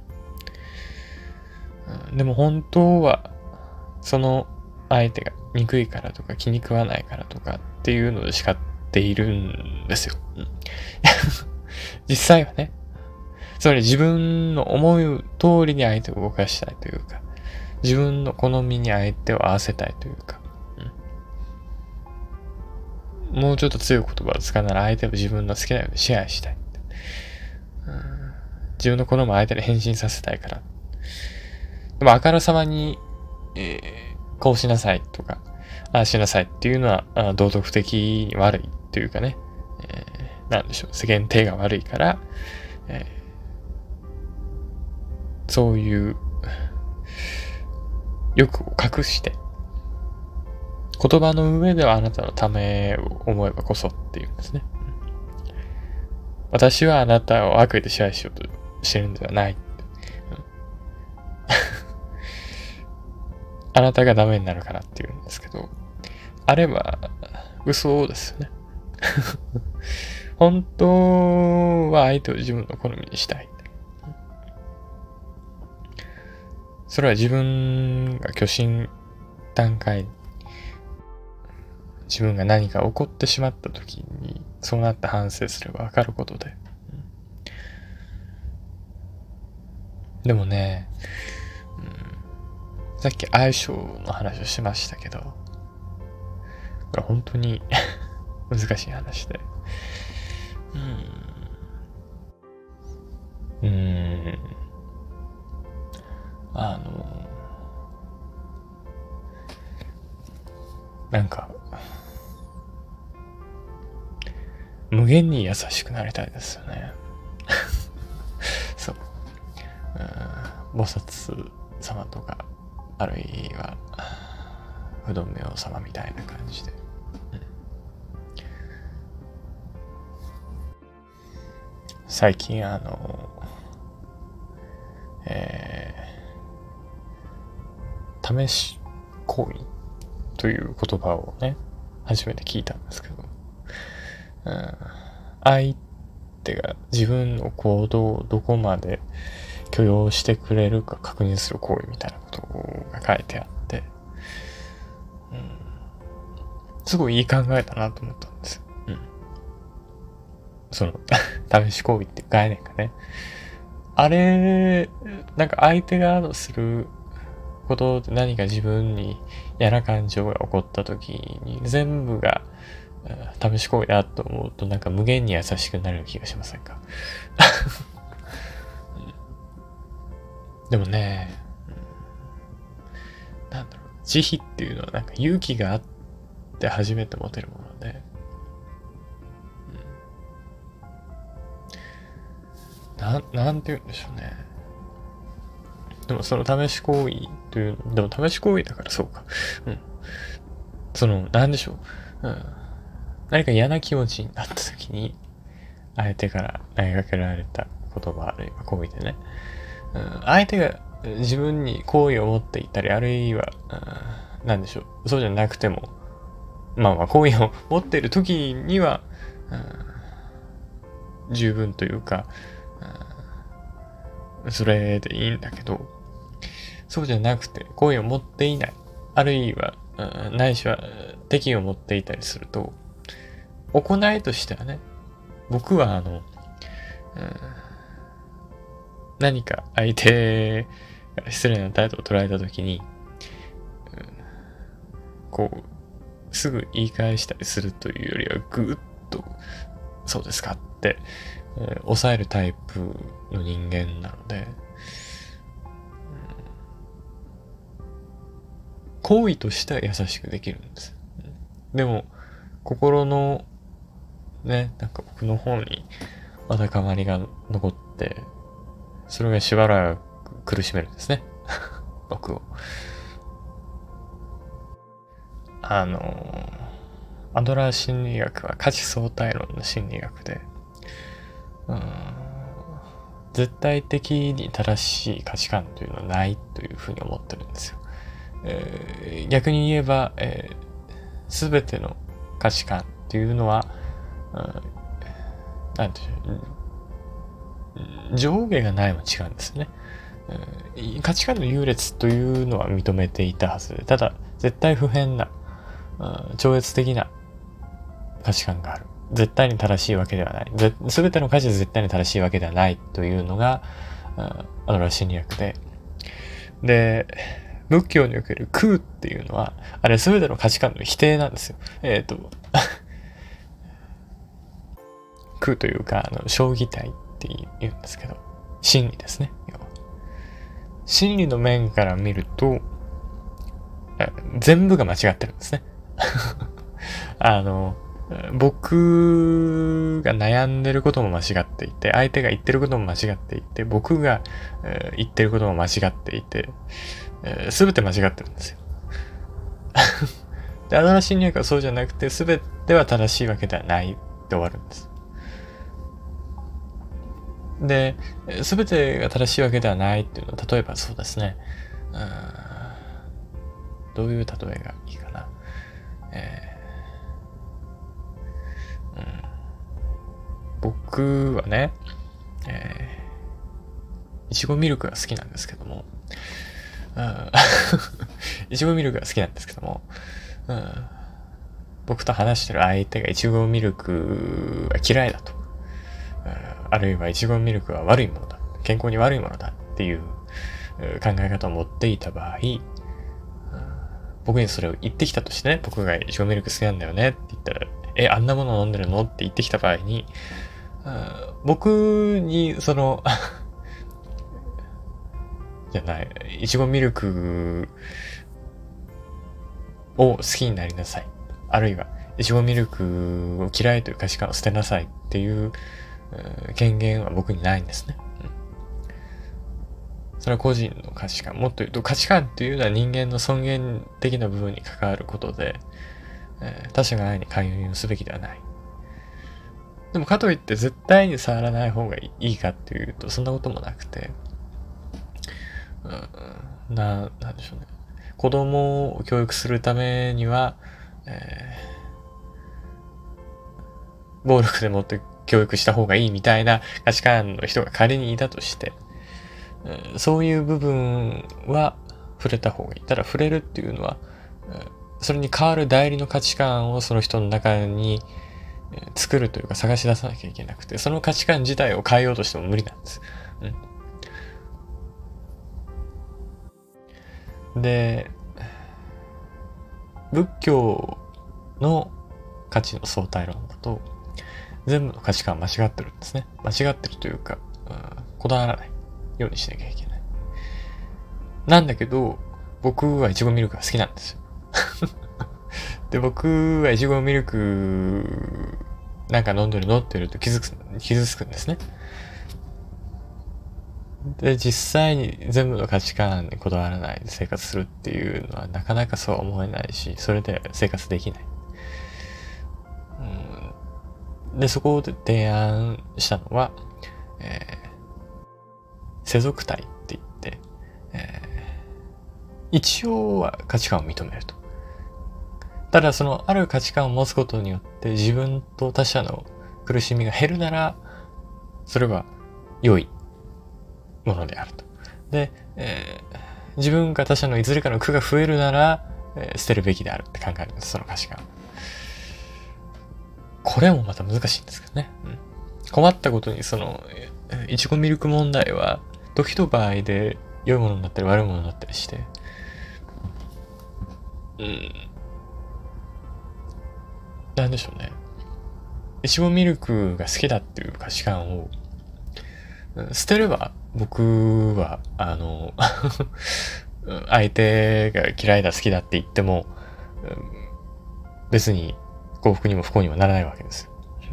うん、でも本当はその相手が憎いからとか気に食わないからとかっていうので叱っているんですよ。うん、実際はね、つまり自分の思う通りに相手を動かしたいというか、自分の好みに相手を合わせたいというか、うん、もうちょっと強い言葉を使うなら相手を自分の好きなように支配したい、うん、自分の好みを相手に変身させたいから。でもあからさまに、えー、こうしなさいとか、ああしなさいっていうのはあ道徳的に悪いというかね、えー、なんでしょう、世間体が悪いから、えー、そういう欲を隠して、言葉の上ではあなたのためを思えばこそっていうんですね。私はあなたを悪意で支配しようとしてるんではない。あなたがダメになるからって言うんですけど、あれは嘘ですよね。本当は相手を自分の好みにしたい。それは自分が虚心段階、自分が何か起こってしまった時にそうなって反省すればわかることで。でもね、うん、さっき相性の話をしましたけど、これ本当に難しい話で。うん。うーん。あの、なんか、無限に優しくなりたいですよね。そう。うん、菩薩様とか、あるいは、不動明王様みたいな感じで。うん、最近あの、えー、試し行為という言葉をね、初めて聞いたんですけど、うん、相手が自分の行動をどこまで許容してくれるか確認する行為みたいなことが書いてあって、うん、すごいいい考えだなと思ったんですよ。うん、その試し行為っていう概念がね、あれなんか相手側のすることで何か自分に嫌な感情が起こった時に全部が試し行為だと思うとなんか無限に優しくなる気がしませんか？でもね、なんだろう、慈悲っていうのはなんか勇気があって初めて持てるもので、うん、な, なんて言うんでしょうね。でもその試し行為という、でも試し行為だからそうか。うん。その、なんでしょう。うん。何か嫌な気持ちになった時に、相手から投げかけられた言葉あるいは行為でね、うん、相手が自分に好意を持っていたり、あるいは、うん、なんでしょう。そうじゃなくても、まあまあ好意を持っている時には、うん、十分というか、うん、それでいいんだけど、そうじゃなくて好意を持っていない、あるいは、うん、ないしは敵意を持っていたりすると、行いとしてはね、僕はあの、うん、何か相手が失礼な態度を捉えたときに、うん、こう、すぐ言い返したりするというよりは、ぐーっと、そうですかって、えー、抑えるタイプの人間なので、行為としては優しくできるんです。でも、心の、ね、なんか僕の方にわだかまりが残って、それがしばらく苦しめるんですね。僕を。あの、アドラー心理学は価値相対論の心理学で、うん、絶対的に正しい価値観というのはないというふうに思ってるんですよ。えー、逆に言えば、す、え、べ、ての価値観っていうのは、うん、 なんていうの、上下がないも違うんですよね。うん、価値観の優劣というのは認めていたはずで、ただ絶対不変な、うん、超越的な価値観がある。絶対に正しいわけではない。すべての価値で絶対に正しいわけではないというのが、アドラー心理学で、で、仏教における空っていうのは、あれすべての価値観の否定なんですよ。えっ、ー、と、空というか、あの、将棋体って言うんですけど、真理ですね。真理の面から見ると、全部が間違ってるんですね。あの、僕が悩んでることも間違っていて、相手が言ってることも間違っていて、僕が言ってることも間違っていて、すべて間違ってるんですよ。で、アドラー心理学はそうじゃなくて、すべては正しいわけではないって終わるんです。で、すべてが正しいわけではないっていうのは、例えばそうですね。うん、どういう例えがいいかな。えーうん、僕はね、えー、いちごミルクが好きなんですけども、いちごミルクが好きなんですけども、うん、僕と話してる相手がいちごミルクが嫌いだと、あるいはいちごミルクは悪いものだ、健康に悪いものだっていう考え方を持っていた場合、僕にそれを言ってきたとしてね、僕がいちごミルク好きなんだよねって言ったら、え、あんなもの飲んでるのって言ってきた場合に、僕にそのじゃない、いちごミルクを好きになりなさい。あるいは、いちごミルクを嫌いという価値観を捨てなさいっていう権限は僕にないんですね。うん、それは個人の価値観。もっと言うと価値観っていうのは人間の尊厳的な部分に関わることで、えー、他者が愛に介入すべきではない。でもかといって絶対に触らない方がいいかっていうとそんなこともなくて、うん、な、なんでしょうね。子供を教育するためには、えー、暴力でもって教育した方がいいみたいな価値観の人が仮にいたとして、うん、そういう部分は触れた方がいい。ただ触れるっていうのは、うん、それに代わる代理の価値観をその人の中に作るというか探し出さなきゃいけなくて、その価値観自体を変えようとしても無理なんです。うん、で、仏教の価値の相対論だと、全部の価値観は間違ってるんですね。間違ってるというか、うん、こだわらないようにしなきゃいけない。なんだけど、僕はいちごミルクが好きなんですよ。で、僕はいちごミルクなんか飲んでるのって言うと気づく、傷つくんですね。で、実際に全部の価値観にこだわらないで生活するっていうのはなかなかそう思えないし、それで生活できない。うん、で、そこで提案したのは、えー、世俗体って言って、えー、一応は価値観を認めると。ただそのある価値観を持つことによって自分と他者の苦しみが減るなら、それは良いものであると。で、えー、自分か他者のいずれかの苦が増えるなら、えー、捨てるべきであるって考えるんです、その価値観。これもまた難しいんですけどね。うん、困ったことに、その、いちごミルク問題は、時と場合で良いものになったり悪いものになったりして、うん、なんでしょうね。いちごミルクが好きだっていう価値観を捨てれば、僕は、あの、相手が嫌いだ好きだって言っても、別に幸福にも不幸にもならないわけです。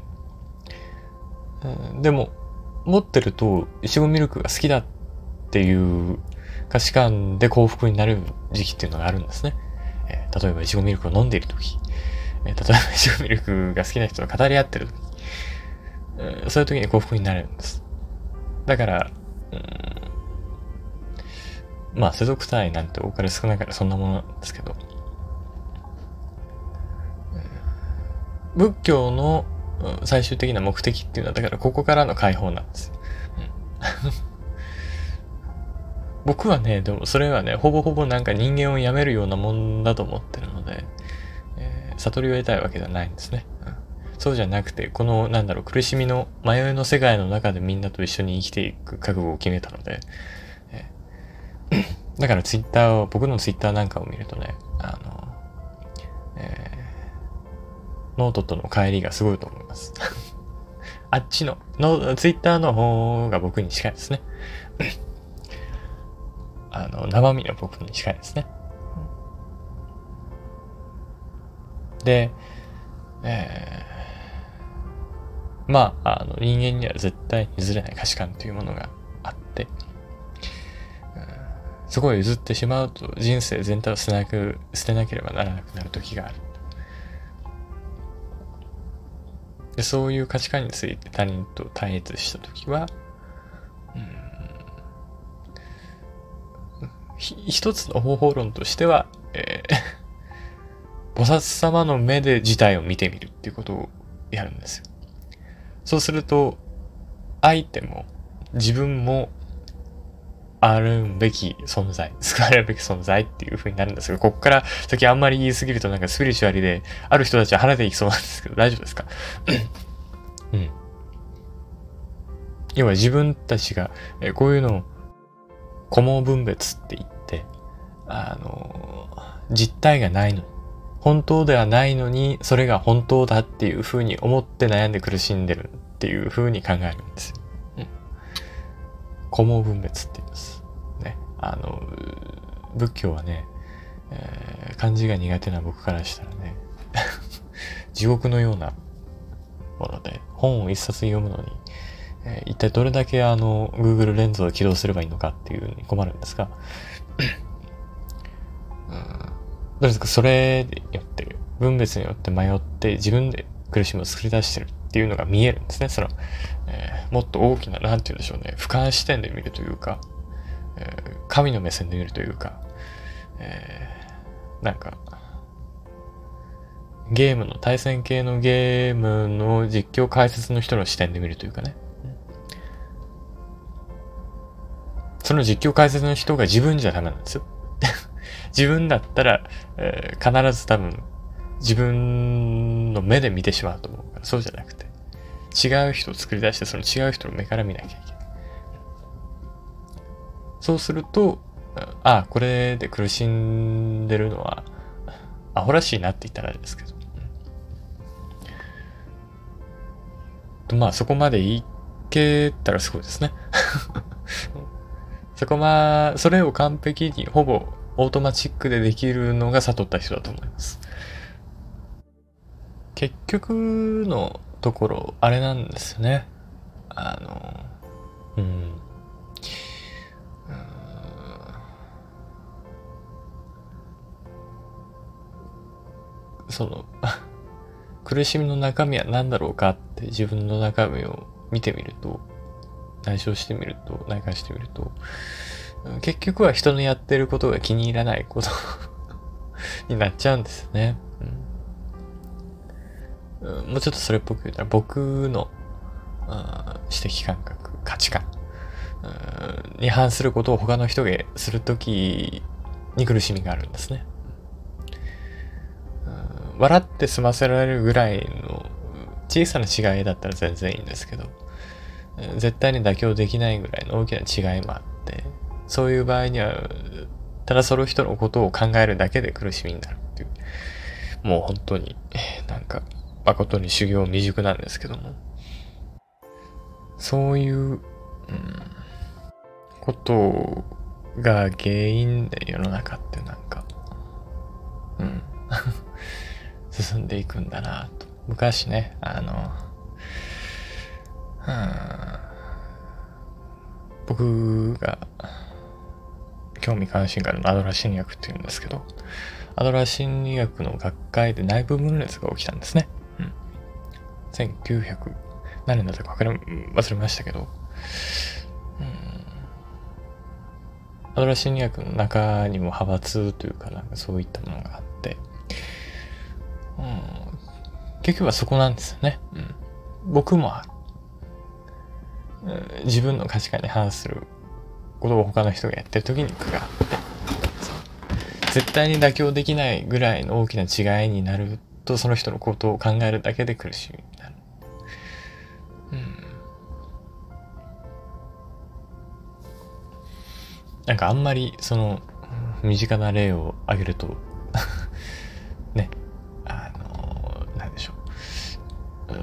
でも、持ってると、いちごミルクが好きだっていう価値観で幸福になる時期っていうのがあるんですね。えー、例えばいちごミルクを飲んでいるとき、えー、例えばいちごミルクが好きな人と語り合ってるとき、えー、そういうときに幸福になれるんです。だから、うん、まあ世俗体なんて多かれ少なかれそんなものなんですけど、仏教のうん、最終的な目的っていうのはだからここからの解放なんですよ、うん、僕はねでもそれはねほぼほぼなんか人間をやめるようなもんだと思ってるので、えー、悟りを得たいわけではないんですね、うん、そうじゃなくてこのなんだろう苦しみの迷いの世界の中でみんなと一緒に生きていく覚悟を決めたので、えー、だからツイッターを僕のツイッターなんかを見るとねあの、えー、ノートとの帰りがすごいと思いますあっちののツイッターの方が僕に近いですねあの生身の僕に近いですね。で、えー、まああの人間には絶対に譲れない価値観というものがあって、うん、そこを譲ってしまうと人生全体を捨てなく捨てなければならなくなる時がある。でそういう価値観について他人と対立した時は、うん、一つの方法論としては、えー、菩薩様の目で事態を見てみるっていうことをやるんですよ。そうすると相手も自分もあるべき存在、救われるべき存在っていう風になるんですが、ここから先あんまり言い過ぎるとなんかスピリチュアルである人たちは離れていきそうなんですけど、大丈夫ですかうん。要は自分たちが、えこういうのをコモ分別って言って、あの、実体がないの。本当ではないのに、それが本当だっていう風に思って悩んで苦しんでるっていう風に考えるんですよ。うん。コモ分別って言います。ね。あの、仏教はね、えー、漢字が苦手な僕からしたらね、地獄のようなもので、本を一冊読むのに、えー、一体どれだけあの Google レンズを起動すればいいのかっていうに困るんですが、うん、どうですか、それによって分別によって迷って自分で苦しみを作り出してるっていうのが見えるんですね。その、えー、もっと大きななんて言うんでしょうね、俯瞰視点で見るというか、えー、神の目線で見るというか、えー、なんかゲームの対戦系のゲームの実況解説の人の視点で見るというかね、その実況解説の人が自分じゃダメなんですよ自分だったら、えー、必ず多分自分の目で見てしまうと思うから、そうじゃなくて違う人を作り出してその違う人の目から見なきゃいけない。そうすると、あ、これで苦しんでるのはアホらしいなって言ったらあれですけど、とまあそこまでいけたらすごいですねそこまそれを完璧にほぼオートマチックでできるのが悟った人だと思います。結局のところあれなんですよね。あのうん、うんその苦しみの中身は何だろうかって自分の中身を見てみると、内省してみると、内観してみると、結局は人のやってることが気に入らないことになっちゃうんですよね、うん、もうちょっとそれっぽく言ったら僕の知的感覚、価値観に反することを他の人がするときに苦しみがあるんですね。笑って済ませられるぐらいの小さな違いだったら全然いいんですけど、絶対に妥協できないぐらいの大きな違いもあって、そういう場合にはただその人のことを考えるだけで苦しみになるっていう、もう本当になんか誠に修行未熟なんですけども、そういう、うん、ことが原因で世の中ってなんか、うん進んでいくんだなと。昔ね、あの、うん、僕が興味関心があるのアドラー心理学っていうんですけど、アドラー心理学の学会で内部分裂が起きたんですね。うん、せんきゅうひゃく何年だったか忘れましたけど、うん、アドラー心理学の中にも派閥というかなんかそういったものがあって、うん、結局はそこなんですよね。うん、 僕もある。自分の価値観に反することを他の人がやってる時に苦があって、絶対に妥協できないぐらいの大きな違いになると、その人のことを考えるだけで苦しみになる。うん、なんかあんまりその身近な例を挙げるとね、あのなんでしょう、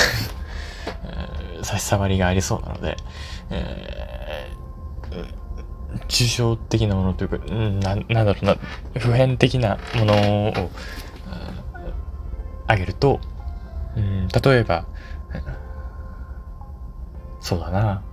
差し障りがありそうなので、えー、抽象的なものというか、うん、な, なんだろうな、普遍的なものを挙げると、うん、例えば、そうだな、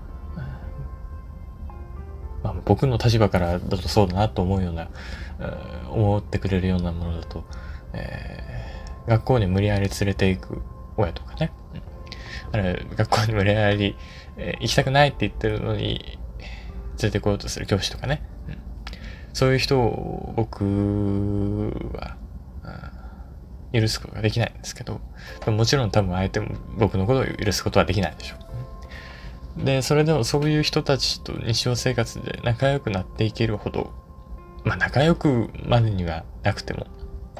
まあ、僕の立場からだとそうだなと思うような、思ってくれるようなものだと、えー、学校に無理やり連れて行く親とかね、うん、あれ学校に無理やり、えー、行きたくないって言ってるのに連れてこようとする教師とかね、うん、そういう人を僕は、うん、許すことができないんですけど、もちろん多分相手も僕のことを許すことはできないでしょう。で、それでもそういう人たちと日常生活で仲良くなっていけるほど、まあ仲良くまでにはなくても、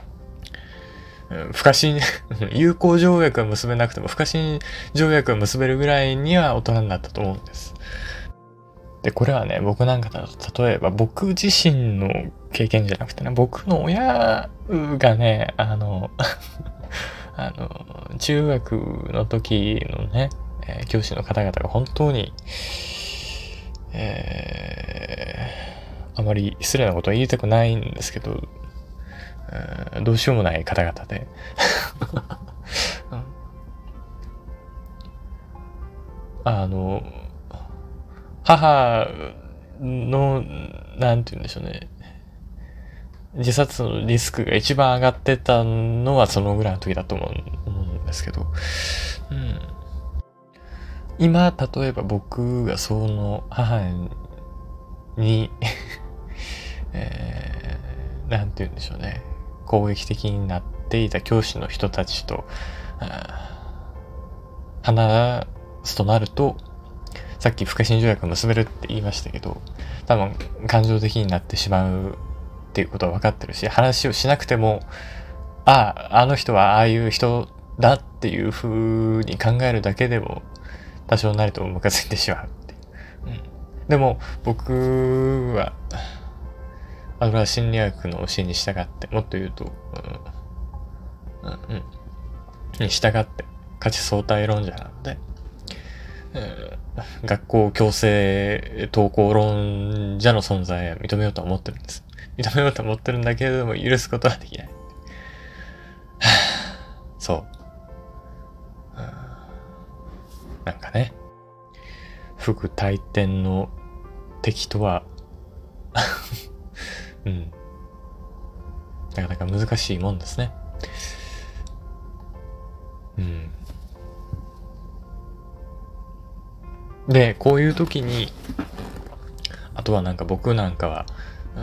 不可侵、友好条約は結べなくても不可侵条約は結べるぐらいには大人になったと思うんです。で、これはね、僕なんかだと、例えば僕自身の経験じゃなくてね、僕の親がね、あの、あの、中学の時のね、えー、教師の方々が本当に、えー、あまり失礼なことは言いたくないんですけど、えー、どうしようもない方々で、うん、あの、母の、なんて言うんでしょうね、自殺のリスクが一番上がってたのはそのぐらいの時だと思うんですけど、うん、今、例えば僕がその母に、えー、なんて言うんでしょうね、攻撃的になっていた教師の人たちと話すとなると、さっき不可侵条約を結べるって言いましたけど、多分感情的になってしまうっていうことは分かってるし、話をしなくても、ああ、あの人はああいう人だっていう風に考えるだけでも多少なりともムカついてしまうっていう、うん、でも僕はアドラー心理学の教えに従って、もっと言うと、うんうんうん、に従って価値相対論者なので、えー、学校強制登校論者の存在は認めようと思ってるんです。認めようと思ってるんだけれども許すことはできない。そう。なんかね、服大天の敵とはうん、なかなか難しいもんですね。うん。で、こういう時に、あとはなんか僕なんかは、うん、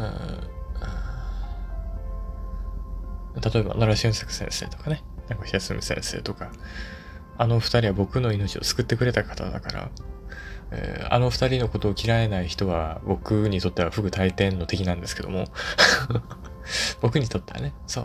例えば奈良俊作先生とかね、名越康先生とか、あの二人は僕の命を救ってくれた方だから、えー、あの二人のことを嫌えない人は僕にとっては不倶大天の敵なんですけども僕にとってはね、そう、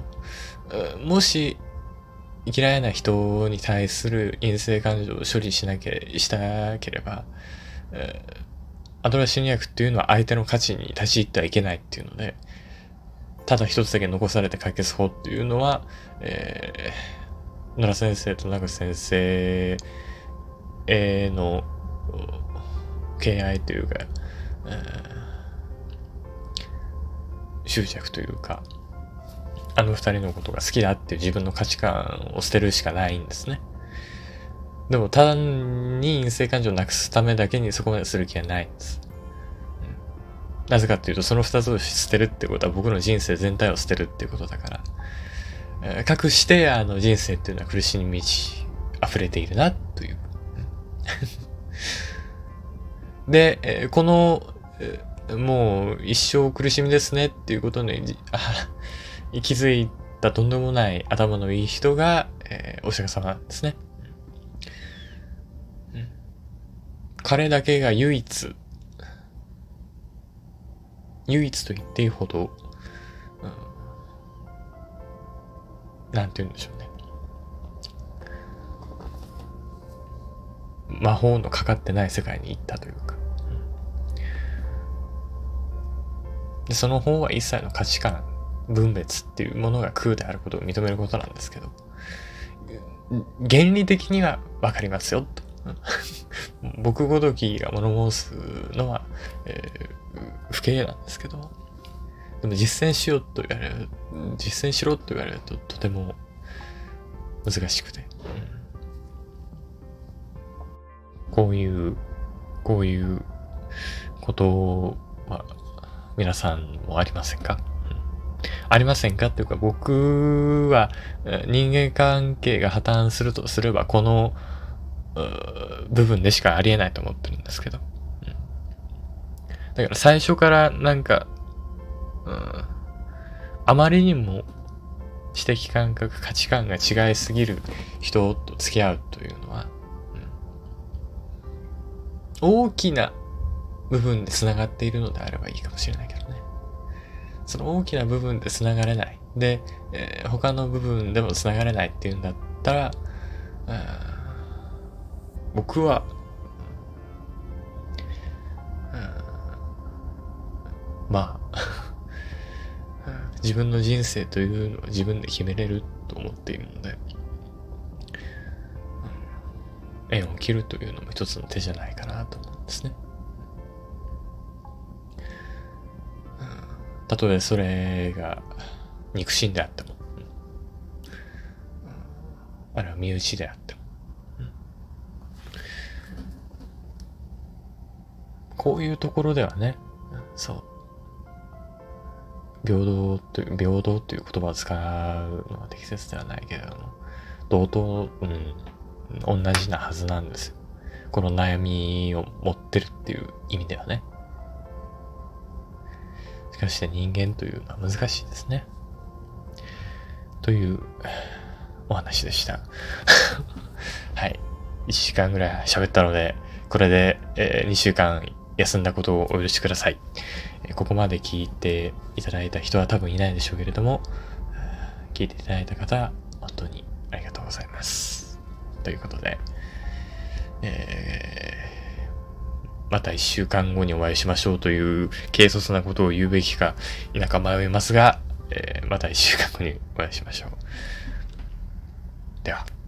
もし嫌いな人に対する陰性感情を処理しなけれしたければ、えー、アドラー心理学っていうのは相手の価値に立ち入ってはいけないっていうので、ただ一つだけ残されて解決法っていうのは、えー、奈良先生と名越先生への敬愛というか、えー、執着というか、あの二人のことが好きだっていう自分の価値観を捨てるしかないんですね。でも単に陰性感情をなくすためだけにそこまでする気はないんです。うん、なぜかっていうと、その二つを捨てるってことは僕の人生全体を捨てるっていうことだから、えー、かくしてあの人生っていうのは苦しみに満ち溢れているなという。で、えー、この、えー、もう一生苦しみですねっていうことに気づいたとんでもない頭のいい人が、えー、お釈迦様なんですね。 彼だけが唯一、唯一と言っていいほど、うん、なんて言うんでしょうね。魔法のかかってない世界に行ったというか、うん、でその方は一切の価値観、分別っていうものが空であることを認めることなんですけど、原理的には分かりますよと。僕ごときが物申すのは、えー、不敬なんですけど、でも実践しようと言われる、実践しろと言われるととても難しくて、うん、こういうこういうことは皆さんもありませんか？うん、ありませんかっていうか、僕は人間関係が破綻するとすればこの部分でしかありえないと思ってるんですけど、うん、だから最初からなんか、うん、あまりにも知的感覚、価値観が違いすぎる人と付き合うというのは、うん、大きな部分で繋がっているのであればいいかもしれないけどね。その大きな部分で繋がれない。で、えー、他の部分でも繋がれないっていうんだったら、うん、僕は、うん、まあ自分の人生というのを自分で決めれると思っているので、うん、縁を切るというのも一つの手じゃないかなと思うんですね。うん、たとえそれが肉親であっても、うん、あるいは身内であっても、うん、こういうところではね、そう平等という平等という言葉を使うのは適切ではないけれども、同等、うん、同じなはずなんですよ。この悩みを持ってるっていう意味ではね。しかし人間というのは難しいですね。というお話でした。はい。いちじかんぐらい喋ったので、これで、えー、にしゅうかん休んだことをお許しください。ここまで聞いていただいた人は多分いないでしょうけれども、聞いていただいた方、本当にありがとうございます。ということで、えー、またいっしゅうかんごにお会いしましょうという軽率なことを言うべきか否か迷いますが、えー、またいっしゅうかんごにお会いしましょう。では。